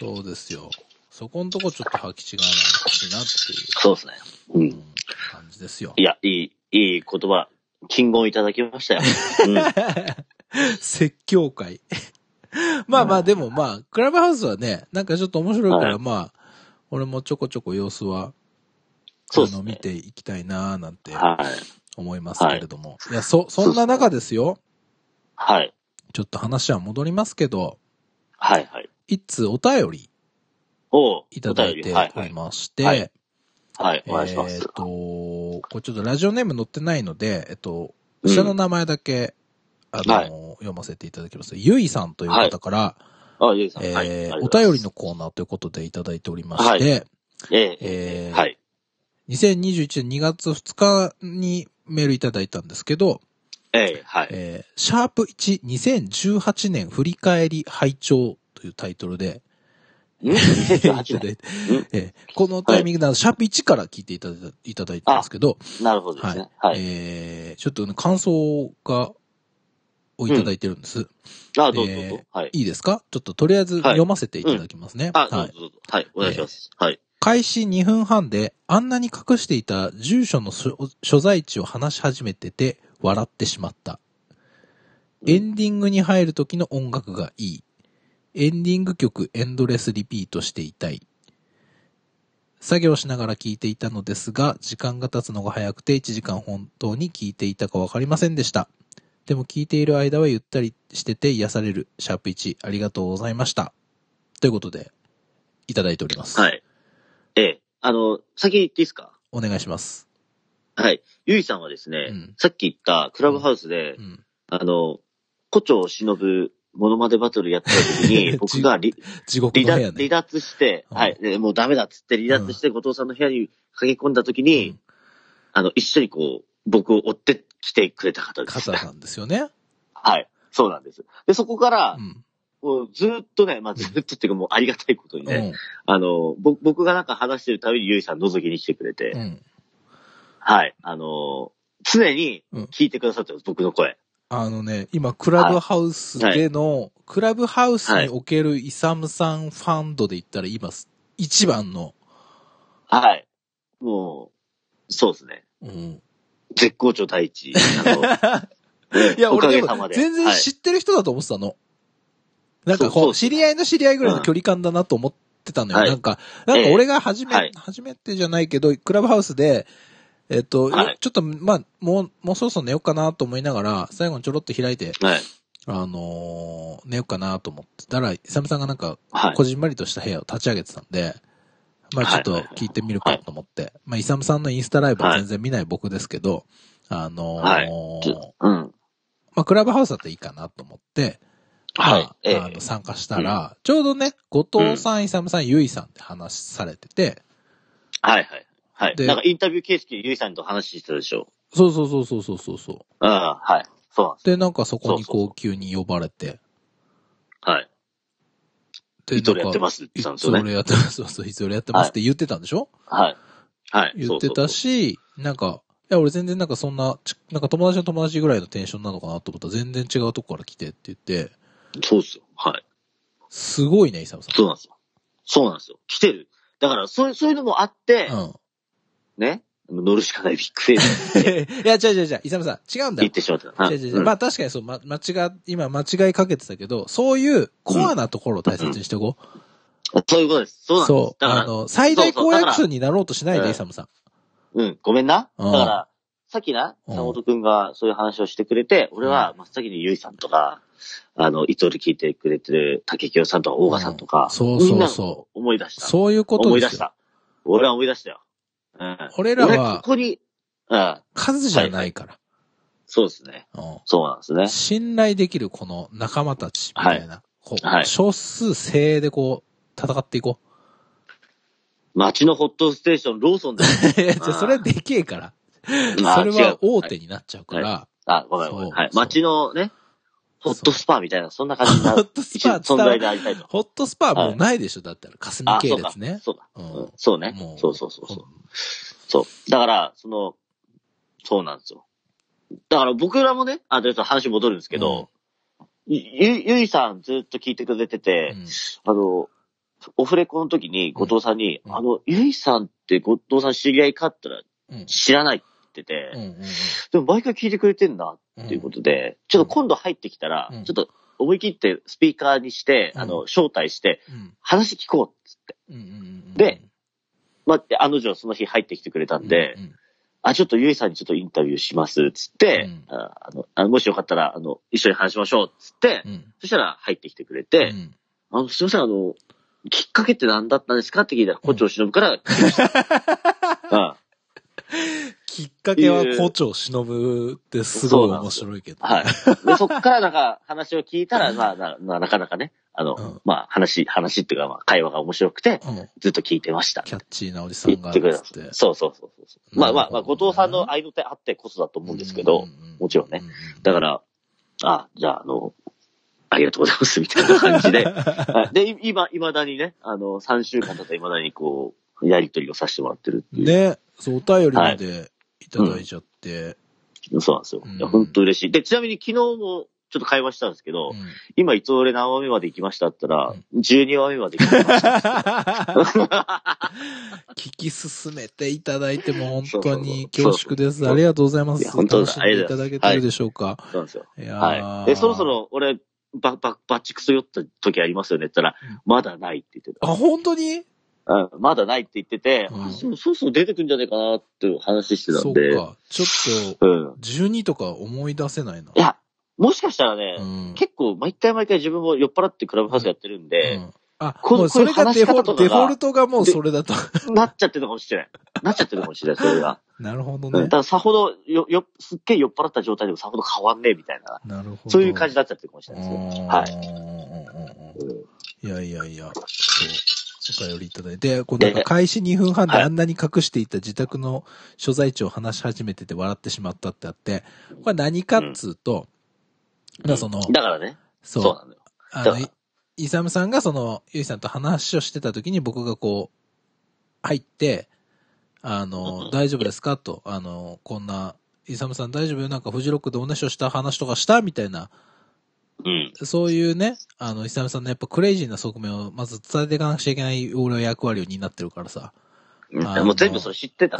そうですよ。そこんとこちょっと履き違わないでほしいなっていう。 そうですね。うん。 感じですよ。 いや、いい言葉、金言いただきましたよ。 説教会。まあまあ、でもまあ、クラブハウスはね、なんかちょっと面白いから、まあ、俺もちょこちょこ様子は、見ていきたいなーなんて、思いますけれども。いや、そんな中ですよ。 はい。 ちょっと話は戻りますけど、 はいはい。 一通お便り、いただいておりまして、 はい、お願いします。 これちょっとラジオネーム載ってないので、下の名前だけ、読ませていただきます。ゆいさんという方から、 ゆいさん、 お便りのコーナーということでいただいておりまして、2021年2月2日にメールいただいたんですけど、シャープ1、2018年振り返り拝聴というタイトルで、 2018 年このタイミングで、シャープ1から聞いていただいたんですけど、 なるほどですね。はい。 ちょっと、感想をいただいてるんです。 どうぞ。 はい。いいですか？ちょっっとりあえず読ませていただきますね。 どうぞ。はい、お願いします。はい。 開始2分半であんなに隠していた住所の所在地を話し始めてて笑ってしまった。エンディングに入る時の音楽がいい。エンディング曲エンドレスリピートしていたい。作業しながら聞いていたのですが、時間が経つのが早くて1時間本当に聞いていたかわかりませんでした。でも聞いている間はゆったりしてて癒される。シャープ1ありがとうございました。ということで、いただいております。 はい。先言っていいですか？ お願いします。 はい。ゆいさんはですね、さっき言ったクラブハウスで、胡蝶を忍ぶモノマネバトルやった時に、僕が離脱して、はい。もうダメだっつって離脱して、後藤さんの部屋に駆け込んだ時に、一緒に僕を追ってきてくれた方です。 方なんですよね。 はい。そうなんです。で、そこから、もうずっとね、ずっとっていうかもうありがたいことにね、僕がなんか話してるたびにゆいさん覗きに来てくれて、はい。常に聞いてくださってます、僕の声。 今、クラブハウスでの、クラブハウスにおけるイサムさんファンドで言ったら今、一番の。 はい。もう、そうですね。絶好調第一。いや、俺でも全然知ってる人だと思ってたの。なんか知り合いの知り合いぐらいの距離感だなと思ってたのよ。なんか俺が初めてじゃないけど、クラブハウスで、ちょっと、もうそろそろ寝ようかなと思いながら、最後にちょろっと開いて、寝ようかなと思ってたら、イサムさんがなんか、こじんまりとした部屋を立ち上げてたんで、ちょっと聞いてみるかと思って、イサムさんのインスタライブは全然見ない僕ですけど、クラブハウスだっていいかなと思って、参加したら、ちょうどね、後藤さん、イサムさん、ゆいさんって話されてて、 はい。なんかインタビュー形式でゆいさんと話してたでしょ。 そう。 はい。そうなんです。 で、なんかそこに急に呼ばれて。 はい。で、いつ俺やってますって言ったんですよね。 いつ俺やってます。そう、いつ俺やってますって言ってたんでしょ？ はい。 言ってたし、なんか、いや、俺全然なんかそんな、なんか友達の友達ぐらいのテンションなのかなと思ったら全然違うとこから来てって言って。 そうっすよ。はい。 すごいね、イサムさん。 そうなんですよ。来てる。だから、そういうのもあって、ね。乗るしかないビッグフェイス。 いや、違う、イサムさん、違うんだよ。 言ってしまった。 違う。確かにそう、今間違いかけてたけど、そういうコアなところを大切にしていこう。そういうことです。そうなんです。 そう。最大公約数になろうとしないで、イサムさん。ごめんな。だから、さっきな、坂本くんがそういう話をしてくれて、俺は真っ先にゆいさんとか、伊藤で聞いてくれてる竹清さんとか大賀さんとか、みんな思い出した。 そういうことですよ。 思い出した。俺は思い出したよ。 俺らは、 ここに、 数じゃないから。 そうですね。そうなんですね。 信頼できるこの仲間たちみたいな。少数精鋭で戦っていこう。 街のホットステーション、ローソンで。 それでけえから。それは大手になっちゃうから。 ごめん。はい。街のね、ホットスパみたいな、そんな感じになる。 ホットスパ存在でありたいと。 ホットスパもうないでしょ、だったら。霞系列ね。 そうだ。そうね。そう。だから、そうなんですよ。だから僕らもね、ちょっと話戻るんですけど、ゆいさんずっと聞いてくれてて、 オフレコの時に後藤さんに、ゆいさんって後藤さん知り合いかって言ったら、知らないって言ってて、でも毎回聞いてくれてんだっていうことで、ちょっと今度入ってきたら、ちょっと思い切ってスピーカーにして、招待して、話聞こうっつって。で、案の定その日入ってきてくれたんで、ちょっとゆいさんにちょっとインタビューします、つって、もしよかったら、一緒に話しましょう、つって、そしたら入ってきてくれて、すいません、きっかけって何だったんですかって聞いたら、胡蝶忍から聞きました。 きっかけは胡蝶忍ってすごい面白いけど。 はい。で、そっからなんか話を聞いたら、なかなかね、話っていうか、会話が面白くて、ずっと聞いてました。 キャッチーなおじさんが。 言ってくれた。そう。後藤さんの合いの手あってこそだと思うんですけど、もちろんね。だから、じゃあ、ありがとうございます、みたいな感じで。で、未だにね、3週間経った未だにこう、やりとりをさせてもらってるっていう。 ね、そう、お便りまでいただいちゃって。 そうなんですよ。いや、本当嬉しい。で、ちなみに昨日もちょっと会話したんですけど、今いつ俺何話目まで行きましたって言ったら、12話目まで行きました。 聞き進めていただいても本当に恐縮です。ありがとうございます。 本当楽しんでいただけてるでしょうか。 そうなんですよ。はい。で、そろそろ俺、バッチクソ酔った時ありますよねって言ったら、まだないって言ってた。 本当に？ まだないって言ってて、そう出てくんじゃねえかなって話してたんで。 そうか。ちょっと、12とか思い出せないな。 いや、もしかしたらね、結構毎回自分も酔っ払ってクラブハウスやってるんで、 もうそれがデフォルトがもうそれだと。 なっちゃってるかもしれない。それが。 なるほどね。 だからさほど、すっげえ酔っ払った状態でもさほど変わんねえみたいな。 なるほど。 そういう感じになっちゃってるかもしれないですよ。はい。 いや、そう、お便りいただいて、こうなんか開始2分半であんなに隠していた自宅の所在地を話し始めてて笑ってしまったってあって、これ何かっつうと、 だからね。そうなんだよ。 イサムさんがゆいさんと話をしてた時に僕がこう、入って、大丈夫ですかと、こんな、イサムさん大丈夫？なんかフジロックでおねしょした話とかしたみたいな。そういうね、イサムさんのやっぱクレイジーな側面をまず伝えていかなくちゃいけない俺は役割を担ってるからさ。 もう全部それ知ってた。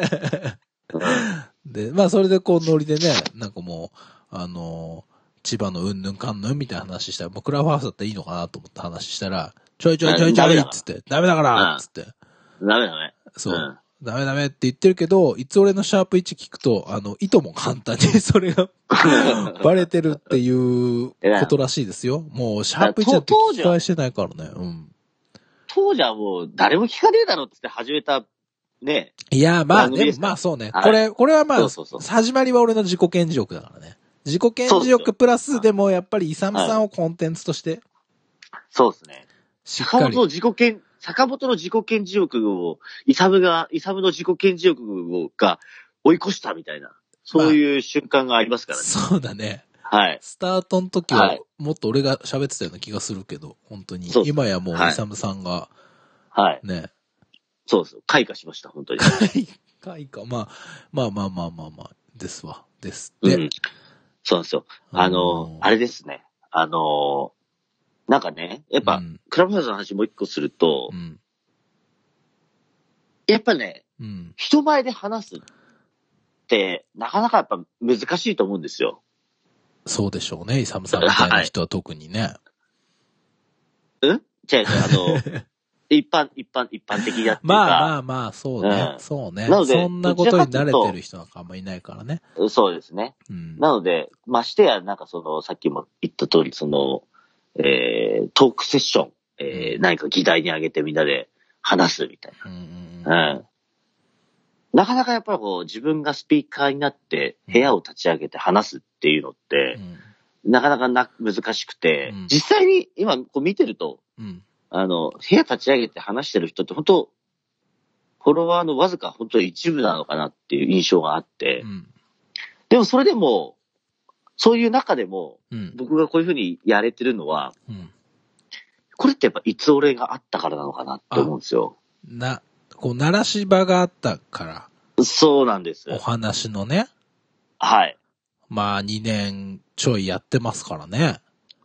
で、それでこうノリでね、なんかもう、千葉のうんぬんかんぬんみたいな話したら、もうクラブハウスだったらいいのかなと思って話したら、ちょいっつって、ダメだからっつって。 ダメ。 そう。ダメって言ってるけど、いつ俺のシャープ1聞くと、いとも簡単にそれがバレてるっていうことらしいですよ。もうシャープ1だって聞き返してないからね。 当時はもう誰も聞かねえだろって始めた、ね。 いや、でもそうね。これは始まりは俺の自己顕示欲だからね。自己顕示欲プラスでもやっぱりイサムさんをコンテンツとして。 そうですね。坂本の自己顕示欲を、イサムの自己顕示欲が追い越したみたいな、そういう瞬間がありますからね。 そうだね。 はい。 スタートの時は、もっと俺が喋ってたような気がするけど、本当に。今やもうイサムさんが、ね。 そうです。開花しました、本当に。 開花、まあ、ですわ。ですって。 そうなんですよ。あれですね。なんかね、やっぱ、クラブハウスの話もう一個すると、やっぱね、人前で話すって、なかなかやっぱ難しいと思うんですよ。 そうでしょうね、イサムさんみたいな人は特にね。 違う、一般的やっていうか。 まあ、そうね。そうね。なので、そんなことに慣れてる人なんかあんまいないからね。 そうですね。なので、ましてや、なんかさっきも言った通り、トークセッション、何か議題に上げてみんなで話すみたいな。なかなかやっぱり自分がスピーカーになって部屋を立ち上げて話すっていうのって、なかなか難しくて、実際に今こう見てると、部屋立ち上げて話してる人って本当、フォロワーのわずか本当に一部なのかなっていう印象があって、でもそれでも、そういう中でも、僕がこういうふうにやれてるのは、これってやっぱいつ俺があったからなのかなって思うんですよ。 こう、鳴らし場があったから。 そうなんです。 お話のね。 はい。 2年ちょいやってますからね。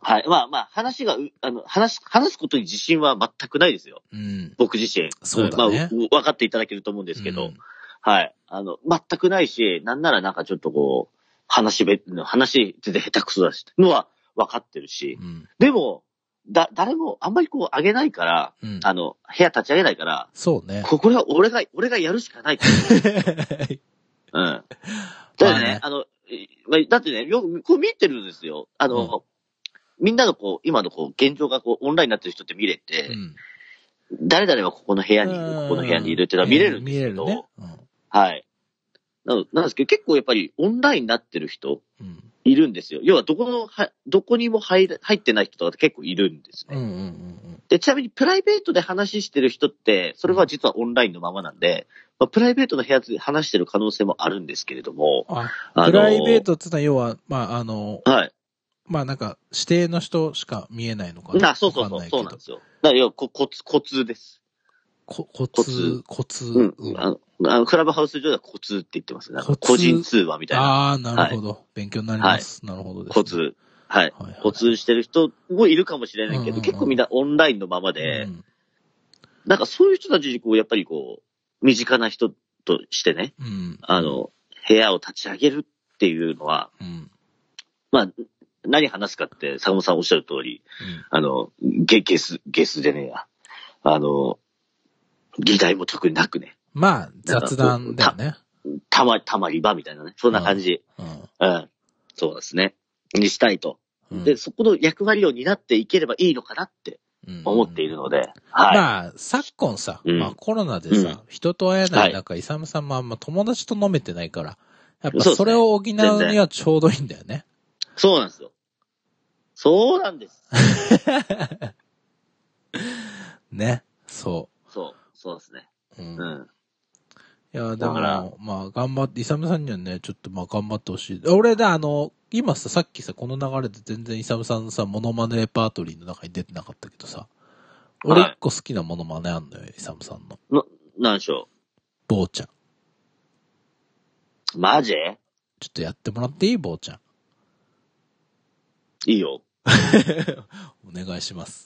はい。まあ、話すことに自信は全くないですよ。 うん。 僕自身。 そうだね。 分かっていただけると思うんですけど。 うん、 はい。全くないし、なんならなんかちょっとこう、話全然下手くそだし、のは分かってるし。 うん、 でも、誰もあんまりこう上げないから、部屋立ち上げないから、 そうね。 これは俺がやるしかないから。うん。だね、だってね、よくこう見てるんですよ。みんなのこう、今のこう、現状がこう、オンラインになってる人って見れて、誰々はここの部屋にいる、ここの部屋にいるっていうのは見れるんですけど、 ね。 はい。なんですけど、結構やっぱりオンラインになってる人、いるんですよ。要はどこにも入ってない人とかって結構いるんですね。で、ちなみにプライベートで話してる人って、それは実はオンラインのままなんで、プライベートの部屋で話してる可能性もあるんですけれども。 プライベートってのは要は、 はい。 まあなんか、指定の人しか見えないのかな。 そうなんですよ。だから要はコツです。コツ。クラブハウス上ではコツって言ってますね。個人通話みたいな。 ああ、なるほど、はい。勉強になります。なるほどです、ね。 コツ。はい。コツしてる人もいるかもしれないけど、結構みんなオンラインのままで、なんかそういう人たちにこう、やっぱりこう、身近な人としてね、部屋を立ち上げるっていうのは、まあ、何話すかって、坂本さんおっしゃる通り、ゲスでねや、議題も特になくね。 まあ、雑談だよね。 たまり場みたいなね。そんな感じ。そうですね。にしたいと。で、そこの役割を担っていければいいのかなって思っているので。はい。 まあ、昨今さ、まあコロナでさ、人と会えない中、イサムさんもあんま友達と飲めてないから、やっぱそれを補うにはちょうどいいんだよね。 そうなんですよ。そうなんです。 ね。そうですね。 いや、でも、まあ、頑張って、イサムさんにはね、ちょっとまあ頑張ってほしい。俺だ、今さっきさ、この流れで全然イサムさんのさ、モノマネレパートリーの中に出てなかったけどさ、俺一個好きなモノマネあんのよ、イサムさんの。 なんでしょう坊ちゃん。 マジ？ ちょっとやってもらっていい坊ちゃん。 いいよ。 お願いします。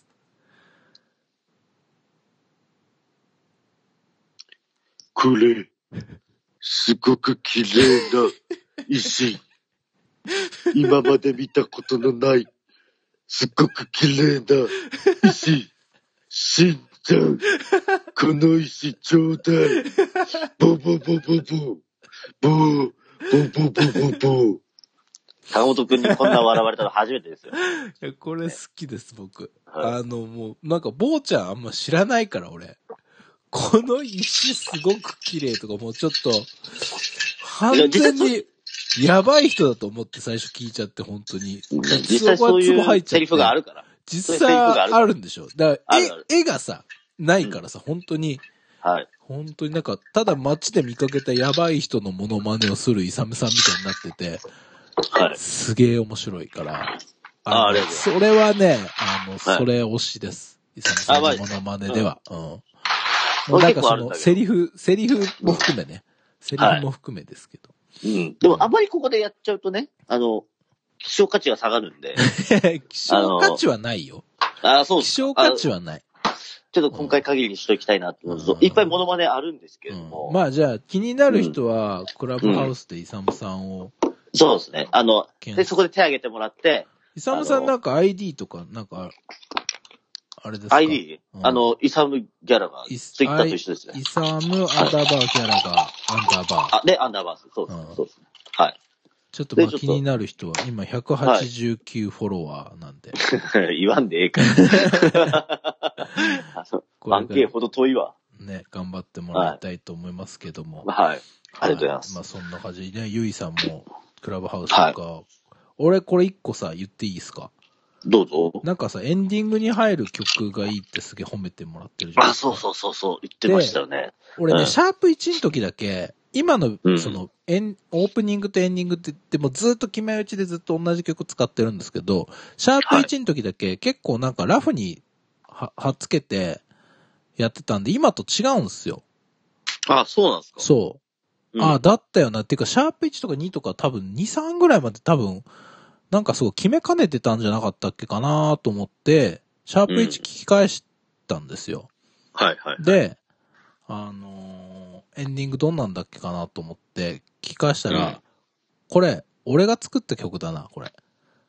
これ、すごく綺麗な石。今まで見たことのない、すごく綺麗な石。しんちゃん、この石ちょうだい。ボボボボボ。ボー、ボボボボボ。坂本くんにこんな笑われたの初めてですよ。 いや、これ好きです、僕。もう、なんか、坊ちゃんあんま知らないから、俺。この石すごく綺麗とか、もうちょっと、完全に、やばい人だと思って最初聞いちゃって、本当に。 実際そういうセリフがあるから。 実際あるんでしょ。だから絵がさ、ないからさ、本当に。 はい。 本当になんか、ただ街で見かけたやばい人のモノマネをするイサムさんみたいになってて、 はい。 すげえ面白いから。 それはね、それ推しです。イサムさんのモノマネでは。なんかその、セリフも含めね。セリフも含めですけど。 でもあんまりここでやっちゃうとね、希少価値が下がるんで。 希少価値はないよ。 そう希少価値はない。 ちょっと今回限りにしときたいなって思うと、いっぱいモノマネあるんですけれども。 まあじゃあ気になる人は、クラブハウスでイサムさんを。 そうですね。で、そこで手挙げてもらって。 イサムさんなんか ID とか、なんか、あれですか ?ID？イサムギャラが、ツイッターと一緒ですね。 イサムアンダーバーギャラがアンダーバー。 で、アンダーバース。そうですね。はい。 ちょっとまあ気になる人は、今189フォロワーなんで。 言わんでええから。関係ほど遠いわ。 ね、頑張ってもらいたいと思いますけども。 はい。ありがとうございます。 まあそんな感じでね、ゆいさんもクラブハウスとか、俺これ一個さ、言っていいですか？ どうぞ。 なんかさ、エンディングに入る曲がいいってすげえ褒めてもらってるじゃん。 そう。言ってましたよね。 俺ね、シャープ1の時だけ、今の、その、オープニングとエンディングって言ってもずっと決め打ちでずっと同じ曲使ってるんですけど、シャープ1の時だけ結構なんかラフにはっつけてやってたんで、今と違うんですよ。 そうなんですか？ そう。だったよな。っていうか、シャープ1とか2とか多分2、3ぐらいまで多分、 なんかすごい決めかねてたんじゃなかったっけかなと思って、シャープ1聞き返したんですよ。 はいはい。 で、エンディングどんなんだっけかなと思って聞き返したら、これ、俺が作った曲だな、これ。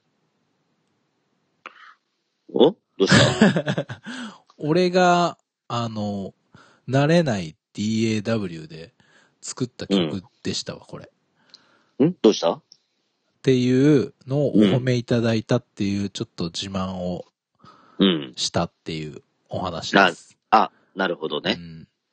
おどうした俺が、慣れない DAW で作った曲でしたわ、これ。 どうしたっていうのをお褒めいただいたっていう、ちょっと自慢をしたっていうお話です。 なるほどね。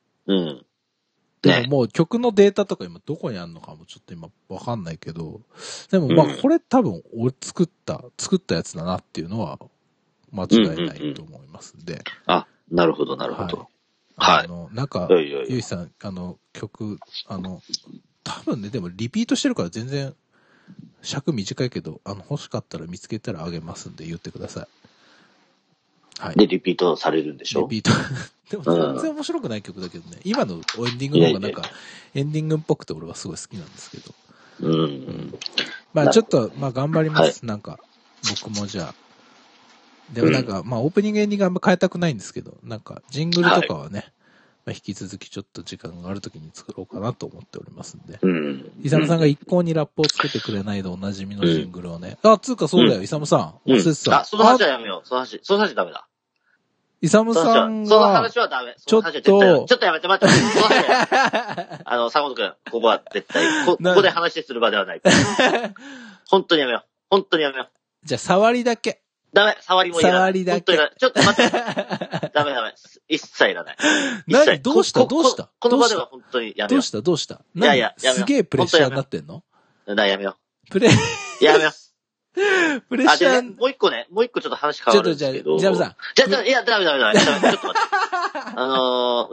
でももう曲のデータとか今どこにあるのかもちょっと今わかんないけど、でもまあこれ多分俺作ったやつだなっていうのは間違いないと思いますんで。 なるほどなるほど。 はい。なんか、ゆいさん、曲、多分ね、でもリピートしてるから全然尺短いけど、欲しかったら見つけたらあげますんで言ってください。はい。 で、リピートされるんでしょ？ リピート。でも全然面白くない曲だけどね。今のエンディングの方がなんか、エンディングっぽくて俺はすごい好きなんですけど。まあちょっと、まあ頑張ります。なんか、僕もじゃあ。でもなんか、まあオープニングエンディングあんま変えたくないんですけど、なんか、ジングルとかはね、まあ引き続きちょっと時間があるときに作ろうかなと思っておりますんで。イサムさんが一向にラップをつけてくれないでおなじみのジングルをね。つうかそうだよ、イサムさん。忘れてた。 その話はやめよう。その話ダメだ。 イサムさんが、 その話はダメ。 ちょっとやめて、待って。坂本くん、ここは絶対、ここで話する場ではない。本当にやめよう。本当にやめよう。 じゃあ、触りだけ。 ダメ、触りもいらない。 触りだけ。 ちょっと待って。ダメ。一切いらない。 何どうしたこの場では本当にやめよう。どうしたいや、やめよう。 すげえプレッシャーになってんの？ やめよう。 やめよう。 プレッシャー。 もう一個ちょっと話変わるんですけど。 じゃあ、さん。 いや、ダメ。ちょっと待って。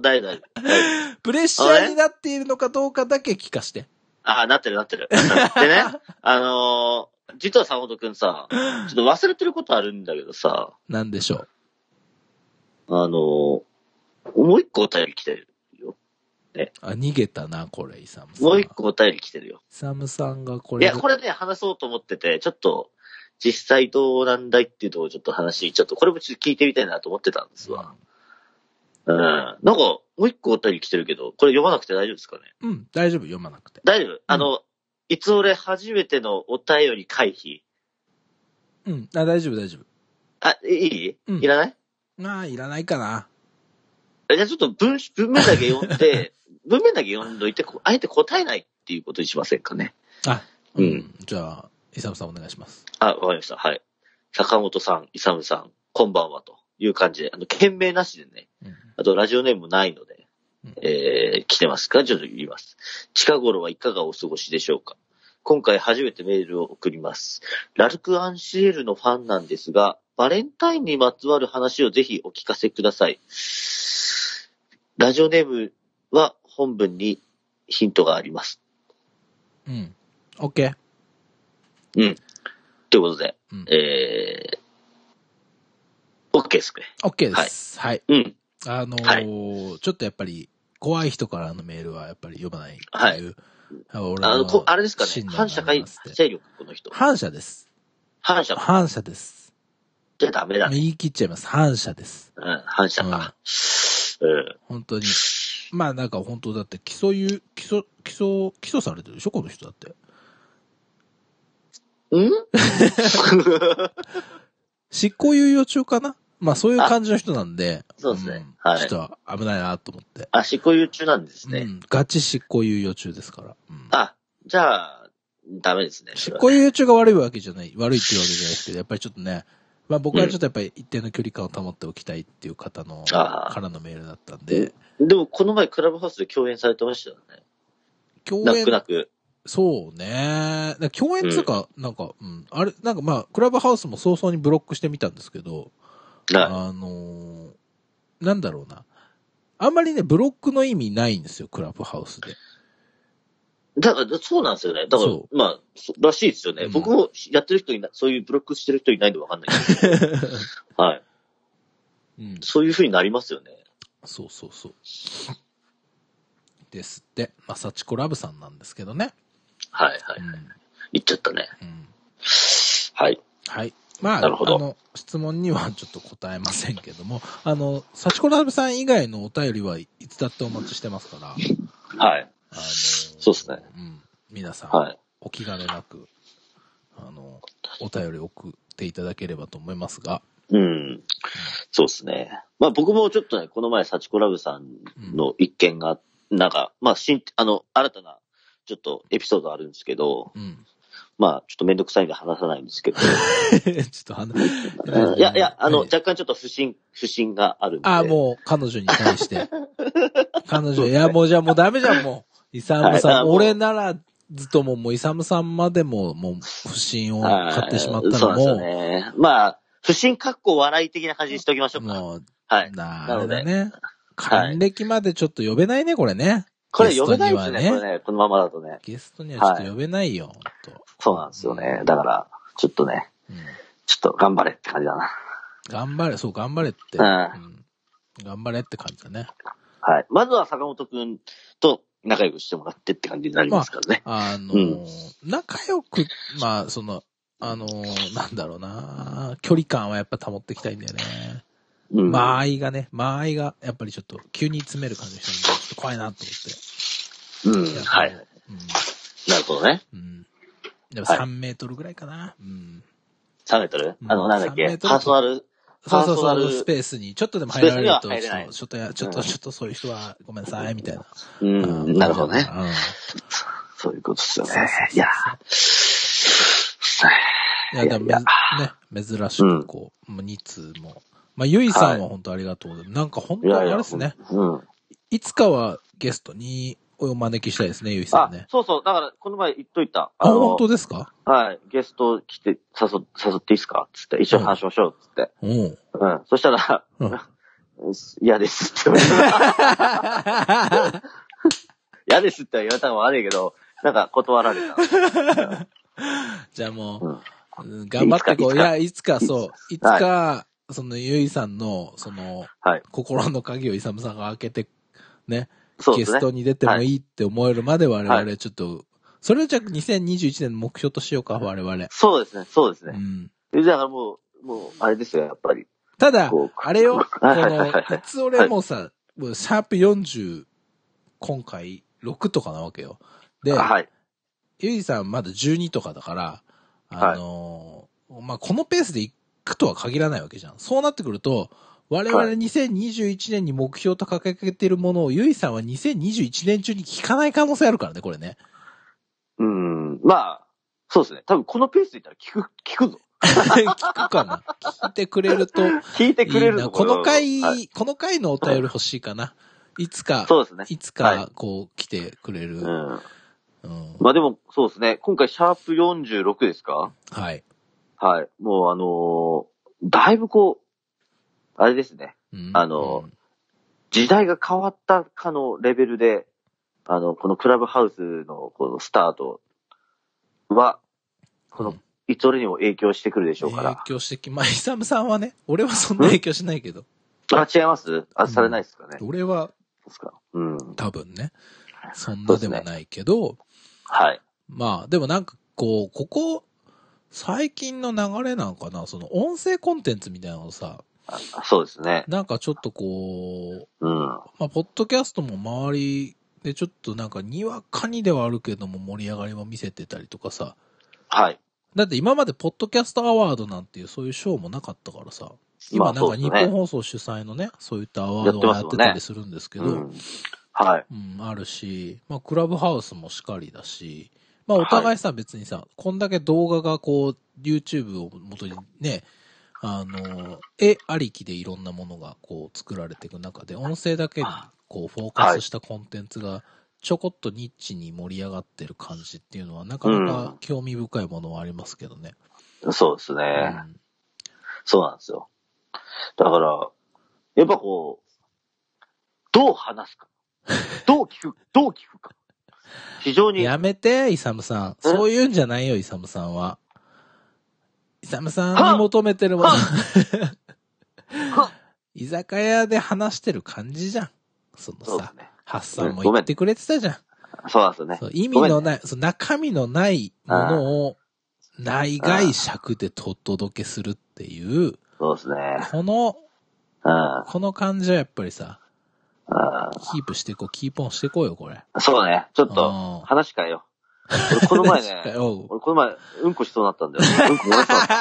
大丈夫。 プレッシャーになっているのかどうかだけ聞かして。 なってる。でね、実は坂本くんさ、ちょっと忘れてることあるんだけどさ。 なんでしょう。もう一個お便り来てるよ。ね。 逃げたな、これ、イサムさん。 もう一個お便り来てるよ。 イサムさんがこれ。 いや、これね、話そうと思ってて、ちょっと、実際どうなんだいっていうところちょっとこれもちょっと聞いてみたいなと思ってたんですわ。なんか、もう一個お便り来てるけど、これ読まなくて大丈夫ですかね？ 大丈夫、読まなくて。 大丈夫？いつ俺初めてのお便り回避。 大丈夫。 いい？いらない？ いらないかな。 じゃあちょっと文面だけ読んで、文面だけ読んどいて、あえて答えないっていうことにしませんかね。 じゃあ、イサムさんお願いします。 わかりました。はい。坂本さん、イサムさん、こんばんはという感じで、件名なしでね、あとラジオネームないので、来てますか？ちょっと言います。近頃はいかがお過ごしでしょうか？今回初めてメールを送ります。ラルク・アンシエルのファンなんですが、バレンタインにまつわる話をぜひお聞かせください。ラジオネームは本文にヒントがあります。 OK。 ということで、OK ですね。 OK です。はい。ちょっとやっぱり、怖い人からのメールはやっぱり読まないっていう。 あれですかね。反社会勢力、この人。 反社です。 反社です。 じゃあダメだね。 言い切っちゃいます。反社です。 反社か。 本当に。まあなんか本当だって起訴されてるでしょこの人だって。執行猶予中かな。まあそういう感じの人なんで。 そうですね。 はい。ちょっと危ないなと思って。 執行猶予中なんですね。 ガチ執行猶予中ですから。 じゃあ、ダメですね。 執行猶予中が悪いっていうわけじゃないですけど、やっぱりちょっとね、まあ僕はちょっとやっぱり一定の距離感を保っておきたいっていう方の、からのメールだったんで。 でもこの前クラブハウスで共演されてましたよね。泣く泣く。 そうね。共演っていうか、なんか、あれ、なんかまあ、クラブハウスも早々にブロックしてみたんですけど、なんだろうな。あんまりね、ブロックの意味ないんですよ、クラブハウスで。 だから、そうなんですよね。だから、まあ、らしいですよね。僕もやってる人そういうブロックしてる人いないんでわかんないけど。はい。そういう風になりますよね。 そう。ですって。まあ、サチコラブさんなんですけどね。 はい。言っちゃったね。ははい。まあ、質問にはちょっと答えませんけども、幸子ラブさん以外のお便りはいつだってお待ちしてますから。 はい。そうですね。 うん。皆さん、 はい、 お気兼ねなく、お便り送っていただければと思いますが。 うん。そうですね。まあ僕もちょっとね、この前、幸子ラブさんの一件が、なんか、まあ、新たな、ちょっとエピソードあるんですけど、うん、まあ、ちょっとめんどくさいんで話さないんですけど。ちょっといや、若干ちょっと不審があるんで。 もう、彼女に対して。彼女、いや、もうじゃあもうダメじゃん、もう。イサムさん、俺ならずとも、もうイサムさんまでも、もう、不審を買ってしまったらもう。 そうですよね。まあ、不審かっこ笑い的な感じにしておきましょうか。 もう、 はい。 なるほどね。還暦までちょっと呼べないね、これね。 これ呼べないですね、これね。このままだとね。 ゲストにはちょっと呼べないよ、 そうなんですよね。だから、ちょっとね、ちょっと頑張れって感じだな。 頑張れって。頑張れって感じだね。 はい。まずは坂本くんと仲良くしてもらってって感じになりますからね。 仲良く、まあ、なんだろうな、距離感はやっぱ保っていきたいんだよね。間合いが、やっぱりちょっと急に詰める感じがしたので、ちょっと怖いなと思って。 はい。なるほどね。 でも3メートルぐらいかな。 3メートルなんだっけパーソナルそう、スペースにちょっっとでも入られると、ちょっとそういう人はごめんなさい、みたいな。 なるほどね。そういうことですよね。いや。 でも珍しくこう、2通も。まあ、ゆいさんは本当ありがとう。なんか本当あれですね。いつかはゲストにお招きしたいですね、ゆいさんね。 そうそう。だから、この前言っといた。 本当ですか？ はい。ゲスト来て誘っていいですかつって、一緒に話しましょうつって。そしたら、嫌ですって言われた。嫌ですって言われたのも悪いけど、なんか断られた。 じゃあもう、頑張ってこう。いつか、そのゆいさんの、心の鍵をイサムさんが開けて、ね、ゲストに出てもいいって思えるまで我々ちょっと、それをじゃあ2021年の目標としようか、我々。 そうですね。だからもう、あれですよ、やっぱり。 ただ、あれよ、いつ俺もさ、もうシャープ40、今回6とかなわけよ。で、ゆいさんまだ12とかだから、まあ、このペースで行くとは限らないわけじゃん。そうなってくると、我々2021年に目標と掲げているものを、ゆいさんは2021年中に聞かない可能性あるからね、これね。 まあ、そうですね。多分このペースでいったら聞くぞ。 聞くかな。聞いてくれると。 聞いてくれるのこの回のお便り欲しいかな。いつか、こう来てくれる。 まあでも、そうですね。今回シャープ46ですか？ はい。 はい。もうだいぶこう、あれですね。時代が変わったかのレベルで、このクラブハウスのこのスタートは、いつ俺にも影響してくるでしょうから。 影響してまあ、イサムさんはね、俺はそんな影響しないけど。 違いますされないですかね。 俺は、多分ね、そんなでもないけど、 はい。 まあ、でもなんかここ、最近の流れなのかな、その音声コンテンツみたいなのをさ、 そうですね。 なんかちょっとこう、まあ、ポッドキャストも周りでちょっとなんかにわかにではあるけども盛り上がりも見せてたりとかさ。 はい。 だって今までポッドキャストアワードなんていうそういう賞もなかったからさ。今なんか日本放送主催のね、そういったアワードをやってたりするんですけど。 はい。 あるし、まあクラブハウスもしかりだし、まあお互いさ、別にさ、こんだけ動画がこう、YouTube を元にね、絵ありきでいろんなものがこう作られていく中で、音声だけにこうフォーカスしたコンテンツがちょこっとニッチに盛り上がってる感じっていうのはなかなか興味深いものはありますけどね。 そうですね。そうなんですよ。だから、やっぱこう、どう話すか。どう聞くか。非常に。 やめて、イサムさん。そういうんじゃないよ、イサムさんは。イサムさんに求めてるもの。居酒屋で話してる感じじゃん。そのさ、ハッサンも言ってくれてたじゃん。 そうなんですよね。 意味のない、中身のないものを長い尺でと届けするっていう、 そうですね。 この感じはやっぱりさ、キープしていこう、キープオンしていこうよ、これ。 そうね。ちょっと、話変えよう。俺この前ね、俺この前、うんこしそうになったんだよ。うんこ漏れそうだった。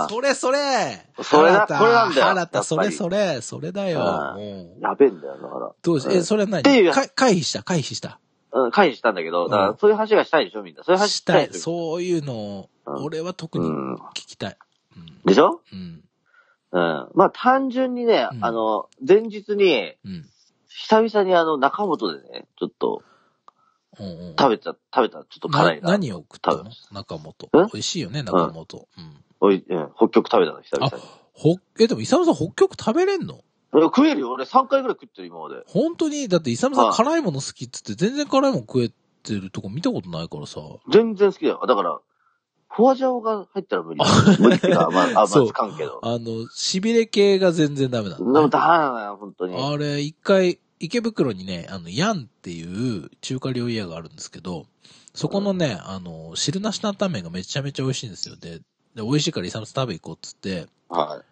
それこれなんだよ。 原田、それだよ。 やべえんだよ、だから。 どうし、それは何回避した。 うん、回避したんだけど、だからそういう話がしたいでしょ、みんな。そういう話したい。そういうのを、俺は特に聞きたい。 でしょ？まあ単純にね、前日に、久々に中本でね、ちょっと、食べた、ちょっと辛いな。 何を食ったの？中本。美味しいよね、中本。 北極食べたの、久々に。 でも、イサムさん北極食べれんの？ 食えるよ。俺3回ぐらい食ってる、今まで。 本当に？だって、イサムさん辛いもの好きっつって、全然辛いもの食えてるとこ見たことないからさ。 全然好きだよ。だから、フォアジャオが入ったら無理。無理っていうか、まあつかんけど。 痺れ系が全然ダメだ。でもダメだよ、本当に。 あれ、一回、池袋にね、ヤンっていう中華料理屋があるんですけど、そこのね、汁なし担々麺がめちゃめちゃ美味しいんですよ。で、美味しいからイサムさん食べ行こうっつって、 はい。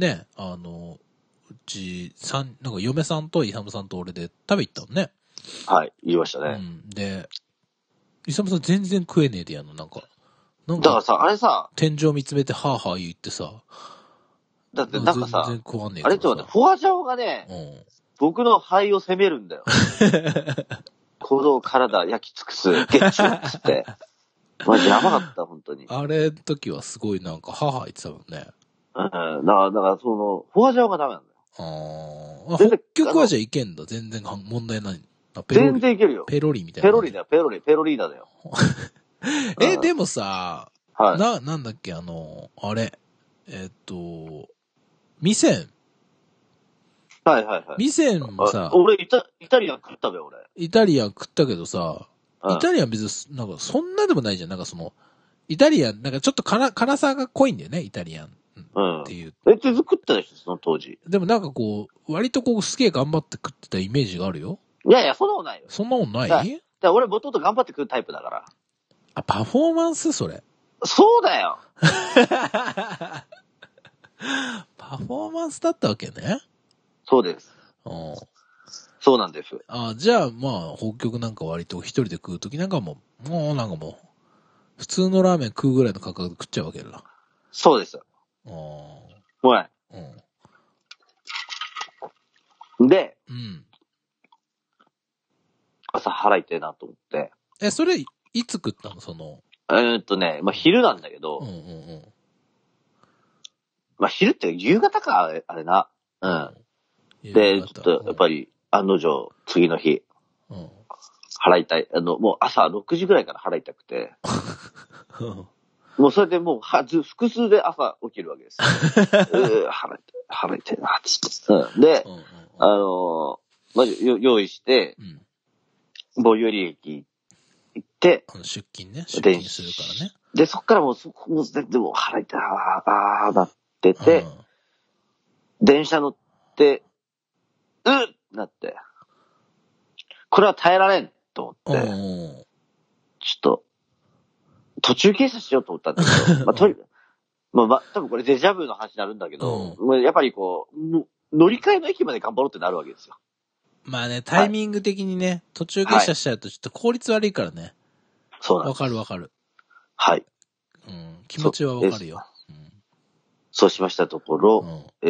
ね、うち、なんか嫁さんとイサムさんと俺で食べ行ったのね。 はい、言いましたね。 で、イサムさん全然食えねえでやんの、なんか。 だからさ、あれさ、 天井見つめてハーハー言ってさ。 だってなんかさ、 全然食わねえからさ。 あれちょっと待って、フォアジャオがね、僕の肺を責めるんだよ。鼓動体焼き尽くす、ゲッチュっつって。マジやばかった、本当に。 あれの時はすごいなんかハーハー言ってたもんね。 だからフォアジャオがダメなんだよ。北極はじゃあいけんだ。全然問題ない。 全然いけるよ。 ペロリみたいな。 ペロリだよ、ペロリーナだよ。 でもさ、なんだっけ、あれ、ミセン。 はい。 ミセンもさ、 俺イタリアン食ったべ、俺。 イタリアン食ったけどさ、イタリアン別に、なんかそんなでもないじゃん。なんかイタリアン、なんかちょっと辛さが濃いんだよね、イタリアン。っていう。 全然食ってたでしょ、その当時。 でもなんか割とすげえ頑張って食ってたイメージがあるよ。 いや、そんなことないよ。 そんなことない？ 俺もともと頑張って食うタイプだから。 パフォーマンスそれ。 そうだよ。 パフォーマンスだったわけね。 そうです。そうなんです。 じゃあまあ、北極なんか割と一人で食うときなんかもう、普通のラーメン食うぐらいの価格で食っちゃうわけだ。 そうです。はい。で、朝腹痛いなと思って。 それ、いつ食ったのまあ、昼なんだけど、まあ、昼って夕方か、あれな。で、ちょっと、やっぱり、案の定、次の日、腹痛い。もう朝6時ぐらいから腹痛くて、もうそれでもう、複数で朝起きるわけです。腹痛いな、つって。で、まず用意して、最寄り駅行って、 出勤するからね。 で、そっからもうでも腹痛いなってて、電車乗って、なって、これは耐えられんと思って、ちょっと、途中下車しようと思ったんだけど、多分これデジャブの話になるんだけど、やっぱり乗り換えの駅まで頑張ろうってなるわけですよ。 まあね、タイミング的にね、途中下車しちゃうとちょっと効率悪いからね。 そうなんです。 わかる。 はい。 気持ちはわかるよ。 そうしましたところ、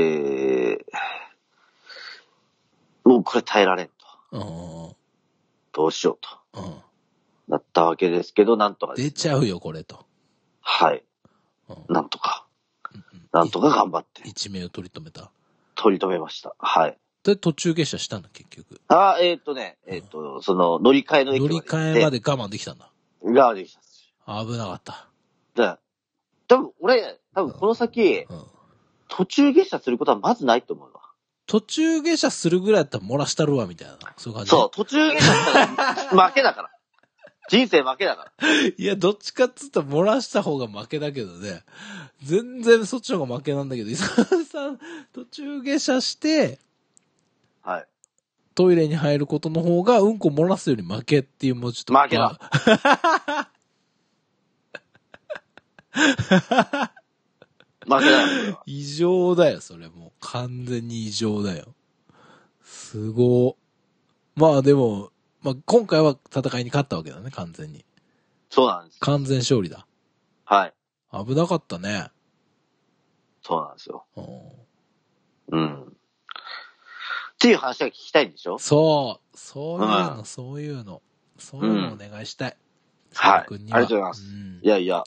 もうこれ耐えられんと。どうしようと。なったわけですけど、なんとか出ちゃうよ、これと。 はい。なんとか頑張って。 一命を取り留めた。 取り留めました。はい。 で、途中下車したんだ、結局。 その乗り換えの駅まで。乗り換えまで我慢できたんだ。 我慢できたんですよ。危なかった。 多分この先、途中下車することはまずないと思うわ。 途中下車するぐらいだったら漏らしたるわ、みたいな。そういう感じ。 そう、途中下車したら負けだから。人生負けだから。 いや、どっちかっつったら漏らした方が負けだけどね。全然そっちの方が負けなんだけど、伊沢さん、途中下車して、 はい。 トイレに入ることの方が、うんこ漏らすより負けっていうもうちょっと。 負けだ。 負けだよ。 異常だよ、それもう。完全に異常だよ。すごー。まあでも、まあ今回は戦いに勝ったわけだね、完全に。 そうなんです。 完全勝利だ。 はい。 危なかったね。 そうなんですよ。 うん。 っていう話が聞きたいんでしょ？ そう。そういうのお願いしたい。 はい。ありがとうございます。いやいや。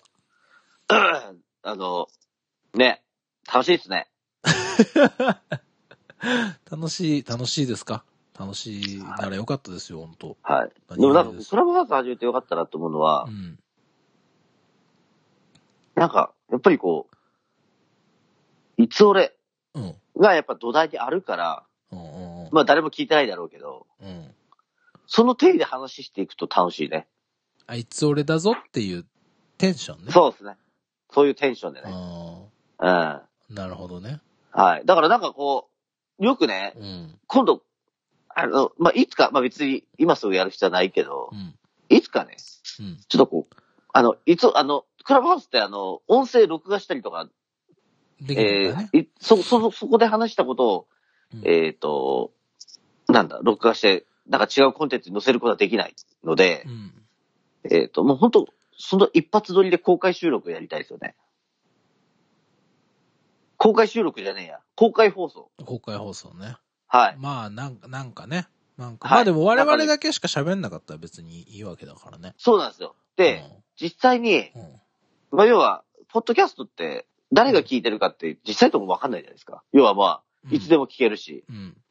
ね。楽しいですね。 楽しいですか？楽しいならよかったですよ、本当。 はい。でもなんか、クラブハウス始めてよかったなと思うのは、なんか、やっぱりこう、いつ俺がやっぱ土台にあるから、まあ誰も聞いてないだろうけど、その定義で話していくと楽しいね。 あいつ俺だぞっていうテンションね。 そうですね。そういうテンションでね。 なるほどね。 はい。だからなんかこう、よくね、今度、まあ、いつか、まあ、別に今すぐやる必要はないけど、いつかね、ちょっとこう、クラブハウスって音声録画したりとか、 できるんだね。 そこで話したことを、録画して、なんか違うコンテンツに載せることはできないので、もう本当その一発撮りで公開収録やりたいですよね。公開収録じゃねえや。公開放送。 公開放送ね。 はい。 まあ、なんかね。まあでも我々だけしか喋んなかったら別にいいわけだからね。 そうなんですよ。で、実際に、まあ要は、ポッドキャストって誰が聞いてるかって実際ともわかんないじゃないですか。要はまあ、いつでも聞けるし。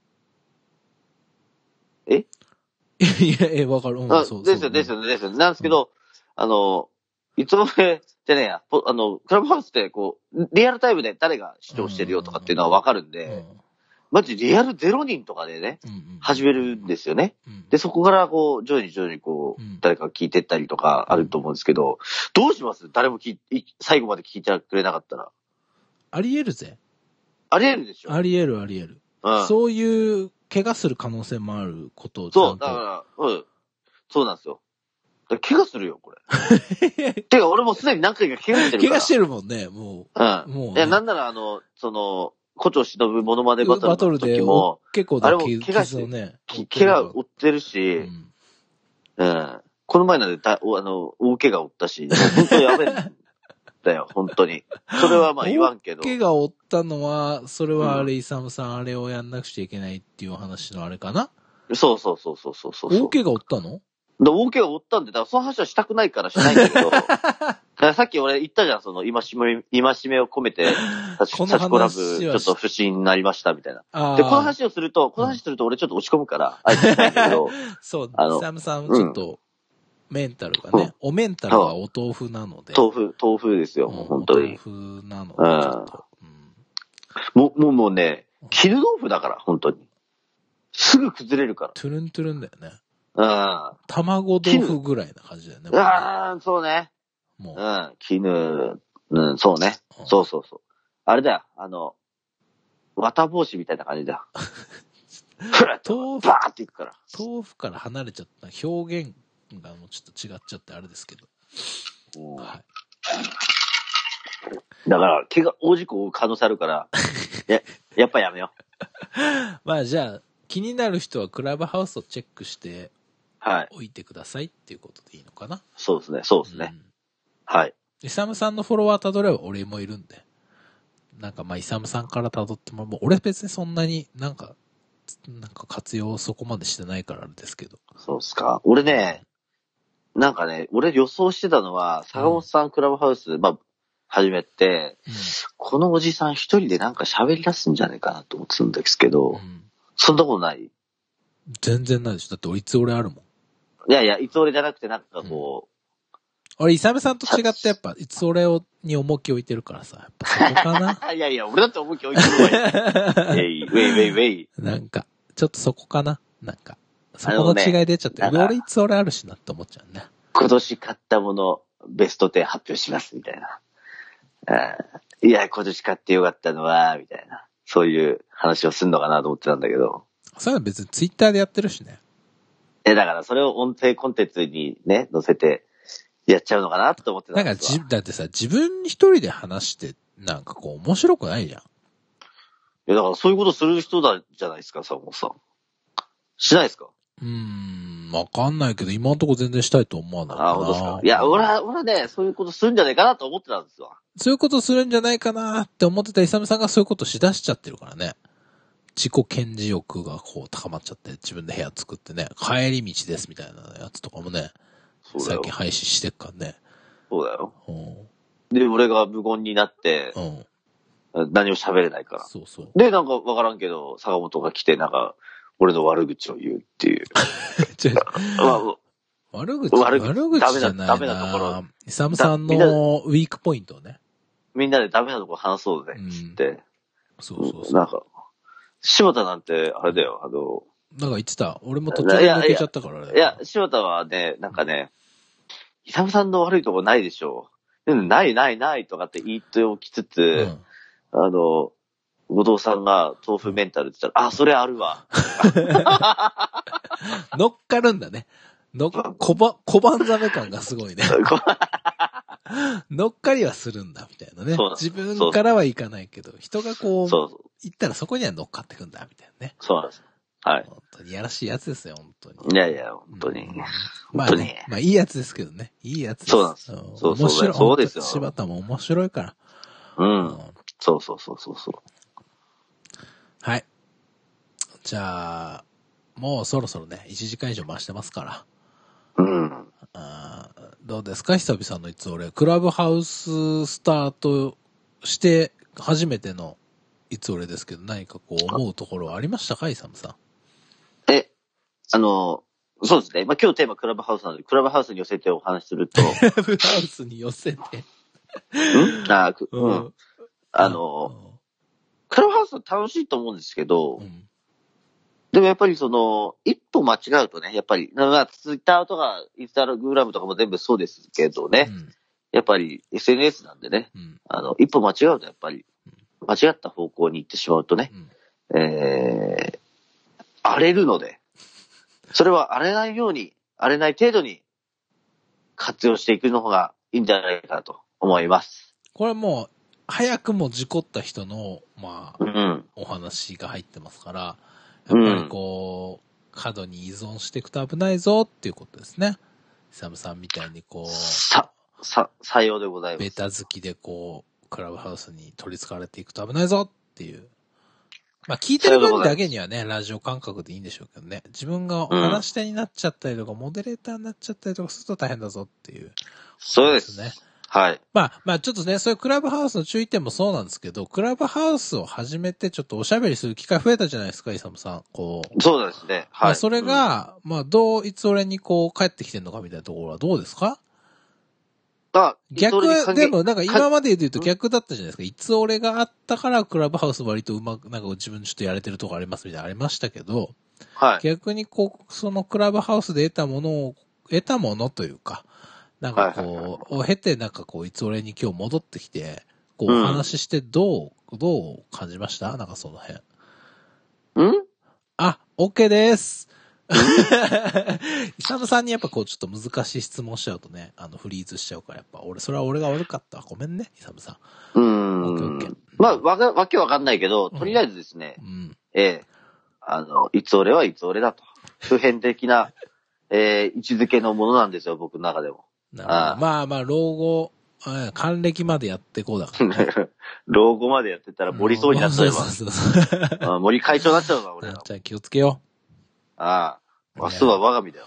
いや、わかる。 ですよ。なんですけど、いつもね、じゃねえや、クラブハウスってこう、リアルタイムで誰が視聴してるよとかっていうのはわかるんで、マジリアル0人とかでね、始めるんですよね。で、そこからこう、徐々にこう、誰か聞いてったりとかあると思うんですけど、どうします？誰も最後まで聞いてくれなかったら。 あり得るぜ。 あり得るでしょ？ あり得る。そういう、怪我する可能性もあることをそう、だから、そうなんですよ。怪我するよ、これ。てか、俺もすでに何回か怪我してるから。 怪我してるもんね、もう。 もう、いや、なんなら胡蝶忍モノマネバトルの時も、 結構あれも怪我してね、怪我負ってるし、この前なんで大怪我負ったし、本当にやべえんだよ、本当に。それはまあ言わんけど。 大怪我負ったのは、それはイサムさんあれをやんなくちゃいけないっていう話のあれかな？ そう。 大怪我負ったの？ 大怪我負ったんで、だからその話はしたくないからしないんだけど、さっき俺言ったじゃん、その、今しめを込めて、サチコラブ、ちょっと不審になりました、みたいな。で、この話すると俺ちょっと落ち込むから、あえて言ったんだけど、 そう、イサムさんちょっと、メンタルがね、おメンタルがお豆腐なので。 豆腐ですよ、もう本当に。 お豆腐なので、ちょっと。 もうね、絹豆腐だから、本当に。すぐ崩れるから。 トゥルントゥルンだよね。 卵豆腐ぐらいな感じだよね。 そうね。 もう。 絹、そうね。そう。あれだよ、綿帽子みたいな感じだよ。 豆腐、 バーっていくから。 豆腐から離れちゃった表現がもうちょっと違っちゃってあれですけど。はい。 だから、大事故を可能性あるから、やっぱやめよう。まあじゃあ、気になる人はクラブハウスをチェックして、置いてくださいっていうことでいいのかな？ そうですね。はい。 イサムさんのフォロワー辿れば俺もいるんで。なんかまあイサムさんから辿っても、俺別にそんなになんか活用そこまでしてないからあれですけど。 そうっすか。俺ね、なんかね、俺予想してたのは、坂本さんクラブハウス、始めて、このおじさん一人でなんか喋り出すんじゃないかなと思ってたんですけど、そんなことない？ 全然ないでしょ。だっていつ俺あるもん。 いや、いつ俺じゃなくてなんかこう。 俺、イサムさんと違ってやっぱ、いつ俺に重き置いてるからさ、やっぱそこかな。 いや、俺だって重き置いてるわよ。ウェイ。 なんか、ちょっとそこかな。なんか、そこの違い出ちゃって、俺いつ俺あるしなって思っちゃうね。 今年買ったもの、ベスト10発表します、みたいな。いや、今年買ってよかったのは、みたいな。そういう話をすんのかなと思ってたんだけど。 それは別にツイッターでやってるしね。 だからそれを音声コンテンツにね、載せてやっちゃうのかなって思ってたんですわ。 だってさ、自分一人で話して、なんかこう、面白くないじゃん。 いや、だからそういうことする人だじゃないですか、坂本さん。しないですか？ わかんないけど、今のところ全然したいと思わないかな。 あ、本当ですか。いや、俺はね、そういうことするんじゃないかなと思ってたんですわ。 そういうことするんじゃないかなって思ってたイサムさんがそういうことしだしちゃってるからね。自己顕示欲がこう高まっちゃって、自分で部屋作ってね、帰り道ですみたいなやつとかもね、最近配信してっからね。 そうだよ。で、俺が無言になって、何も喋れないから。 そうそう。 で、なんかわからんけど、坂本が来て、なんか、俺の悪口を言うっていう。 悪口じゃないな。ダメなところ。イサムさんのウィークポイントをね。 みんなでダメなところ話そうぜ、つって。 そう。 なんか、柴田なんて、あれだよ、 なんか言ってた。俺も途中で抜けちゃったからね。 いや、柴田はね、なんかね、イサムさんの悪いとこないでしょ。ないとかって言っておきつつ、後藤さんが豆腐メンタルって言ったら、あ、それあるわ。 乗っかるんだね。小判ザメ感がすごいね。乗っかりはするんだ、みたいなね。自分からはいかないけど、人がこう、言ったらそこには乗っかってくんだ、みたいなね。 そうなんです。はい。 本当にやらしいやつですよ、本当に。 いやいや、本当に。 まあね、まあいいやつですけどね。いいやつです。 そうなんです。 面白い。 そうですよ。 柴田も面白いから。 そう。 はい。じゃあ、もうそろそろね、1時間以上回してますから。どうですか久々のいつ俺、クラブハウススタートして初めてのいつ俺ですけど、何かこう思うところはありましたかイサムさん。 そうですね。まあ、今日テーマクラブハウスなので、クラブハウスに寄せてお話しすると。 クラブハウスに寄せてクラブハウスは楽しいと思うんですけど、でもやっぱり一歩間違うとね、やっぱり、ツイッターとか、インスタグラムとかも全部そうですけどね、やっぱり SNS なんでね、一歩間違うとやっぱり、間違った方向に行ってしまうとね、荒れるので、それは荒れないように、荒れない程度に活用していくのがいいんじゃないかなと思います。 これもう、早くも事故った人の、お話が入ってますから、やっぱりこう、過度に依存していくと危ないぞっていうことですね。イサムさんみたいにこう、 さようでございます。 ベタ好きでこう、クラブハウスに取り憑かれていくと危ないぞっていう。まあ聞いてる分だけにはね、ラジオ感覚でいいんでしょうけどね。自分が話し手になっちゃったりとか、モデレーターになっちゃったりとかすると大変だぞっていう、 そうですね。はい。 まあちょっとね、そういうクラブハウスの注意点もそうなんですけど、クラブハウスを始めてちょっとおしゃべりする機会増えたじゃないですか、イサムさん。こう。 そうですね。はい。 まあそれが、いつ俺にこう帰ってきてんのかみたいなところはどうですか？逆、でもなんか今まで言うと逆だったじゃないですか。いつ俺があったからクラブハウス割となんか自分ちょっとやれてるとこありますみたいなのありましたけど、 はい。 逆にこう、そのクラブハウスで得たものというか、なんかこう、を経てなんかこう、いつ俺に今日戻ってきて、こうお話ししてどう感じました？なんかその辺。OK です。イサムさんにやっぱこうちょっと難しい質問しちゃうとね、フリーズしちゃうからやっぱそれは俺が悪かった。ごめんね、イサムさん。 まあ、わけわかんないけど、とりあえずですね、いつ俺はいつ俺だと。普遍的な、位置づけのものなんですよ、僕の中でも。 まあ、老後、還暦までやってこうだからね。 老後までやってたら盛りそうになっちゃうわ。森会長になっちゃうわ、俺ら。 じゃあ気をつけよう。明日は我が身だよ。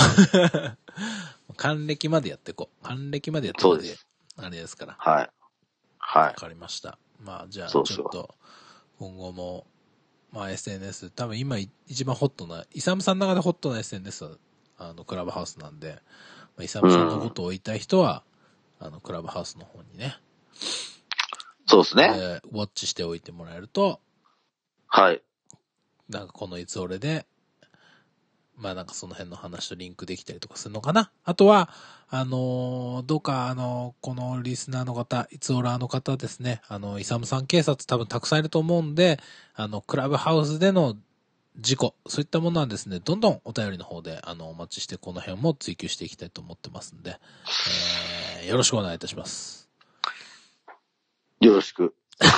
還暦までやってこう。還暦までやってこうで、あれですから。 はい。 わかりました。まあ、じゃあ、ちょっと、今後も、まあ SNS、多分今一番ホットな、イサムさんの中でホットな SNS は、クラブハウスなんで、イサムさんのことを言いたい人は、クラブハウスの方にね。 そうですね。 ウォッチしておいてもらえると、 はい。 なんかこのいつ俺で、まあなんかその辺の話とリンクできたりとかするのかな。あとは、どうかこのリスナーの方、いつおらの方ですね、イサムさん警察多分たくさんいると思うんで、クラブハウスでの事故、そういったものはですね、どんどんお便りの方で、お待ちして、この辺も追求していきたいと思ってますんで、よろしくお願いいたします。 よろしく。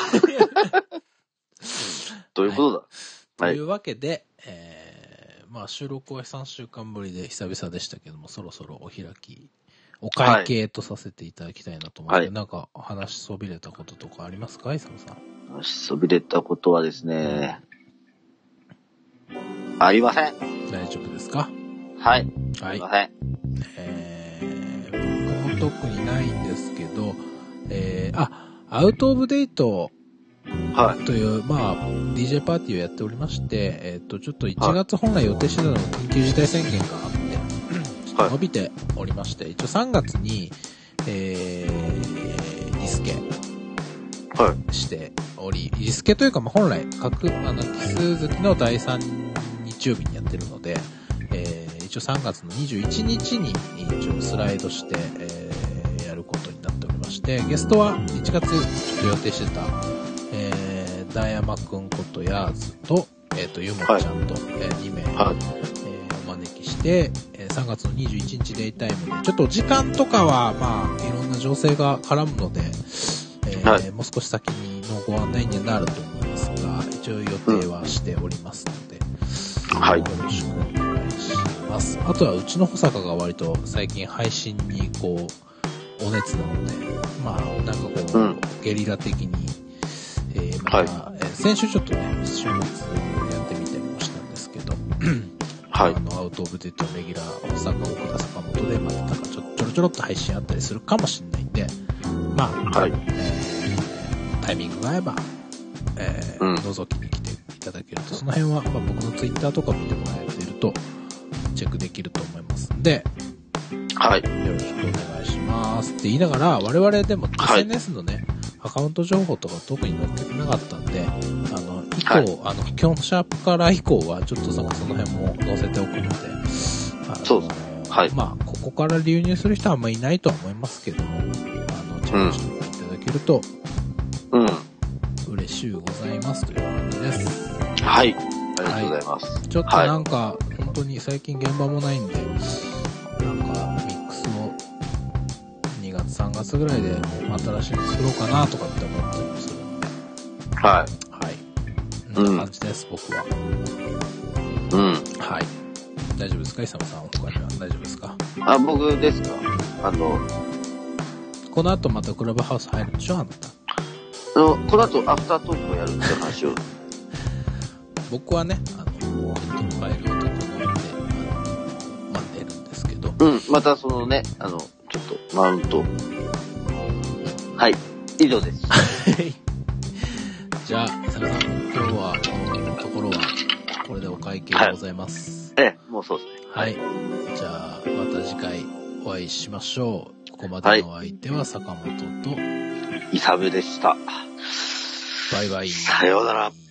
どういうことだ、 はい、というわけで、まあ収録は3週間ぶりで久々でしたけども、そろそろお開き、お会計とさせていただきたいなと思って、はい、なんか話しそびれたこととかありますか、イサムさん。 話しそびれたことはですね、ありません。 大丈夫ですか？ はい。 はい。 すいません。 僕も特にないんですけど、アウトオブデートという、まあ、DJ パーティーをやっておりまして、ちょっと1月本来予定してたのが緊急事態宣言があって、ちょっと伸びておりまして、一応3月に、リスケしており、リスケというか、まあ、本来、奇数月の第3日曜日にやってるので、一応3月の21日に一応スライドして、やることになっておりまして、ゲストは1月ちょっと予定してた、ダイヤマくんことヤーズと、ゆもちゃんと、2名、お招きして、3月の21日デイタイムで、ちょっと時間とかは、まあ、いろんな情勢が絡むので、もう少し先のご案内にはなると思いますが、一応予定はしておりますので、 はい。 よろしくお願いします。あとは、うちの保坂が割と最近配信に、こう、お熱なので、まあ、なんかこう、ゲリラ的に、また、先週ちょっとね、週末やってみたりもしたんですけど、 はい。 アウトオブデートレギュラー、大阪、奥田、坂本で、またなんかちょろっと配信あったりするかもしれないんで、まあ、 はい。 タイミングが合えば、覗きに来ていただけると、その辺は、まあ、僕のツイッターとか見てもらえていると、チェックできると思いますんで、 はい。 よろしくお願いしますって言いながら、我々でも SNS のね、アカウント情報とか特に載ってなかったんで、以降、今日のシャープから以降は、ちょっとその辺も載せておくので、 そうですね。はい。 まあ、ここから流入する人はあんまりいないとは思いますけども、チェックしていただけると、嬉しゅうございますという感じです。 はい。ありがとうございます。 ちょっとなんか、本当に最近現場もないんで、なんか、ミックスを2月3月ぐらいで新しいの作ろうかなとかって思ったりもするんで。 はい。 はい。こんな感じです、僕は。はい。大丈夫ですか、イサムさん、他には大丈夫ですか？ 僕ですか？ この後またクラブハウス入るんでしょ、あなた。 この後アフタートークをやるって話を。 僕はね、ファイルを整えて、待ってるんですけど。 またそのね、ちょっとマウント。はい。以上です。 じゃあ、イサムさん、今日は、このところは、これでお会計でございます。 もうそうですね。 はい。じゃあ、また次回お会いしましょう。ここまでのお相手は坂本と、 イサムでした。 バイバイ。 さようなら。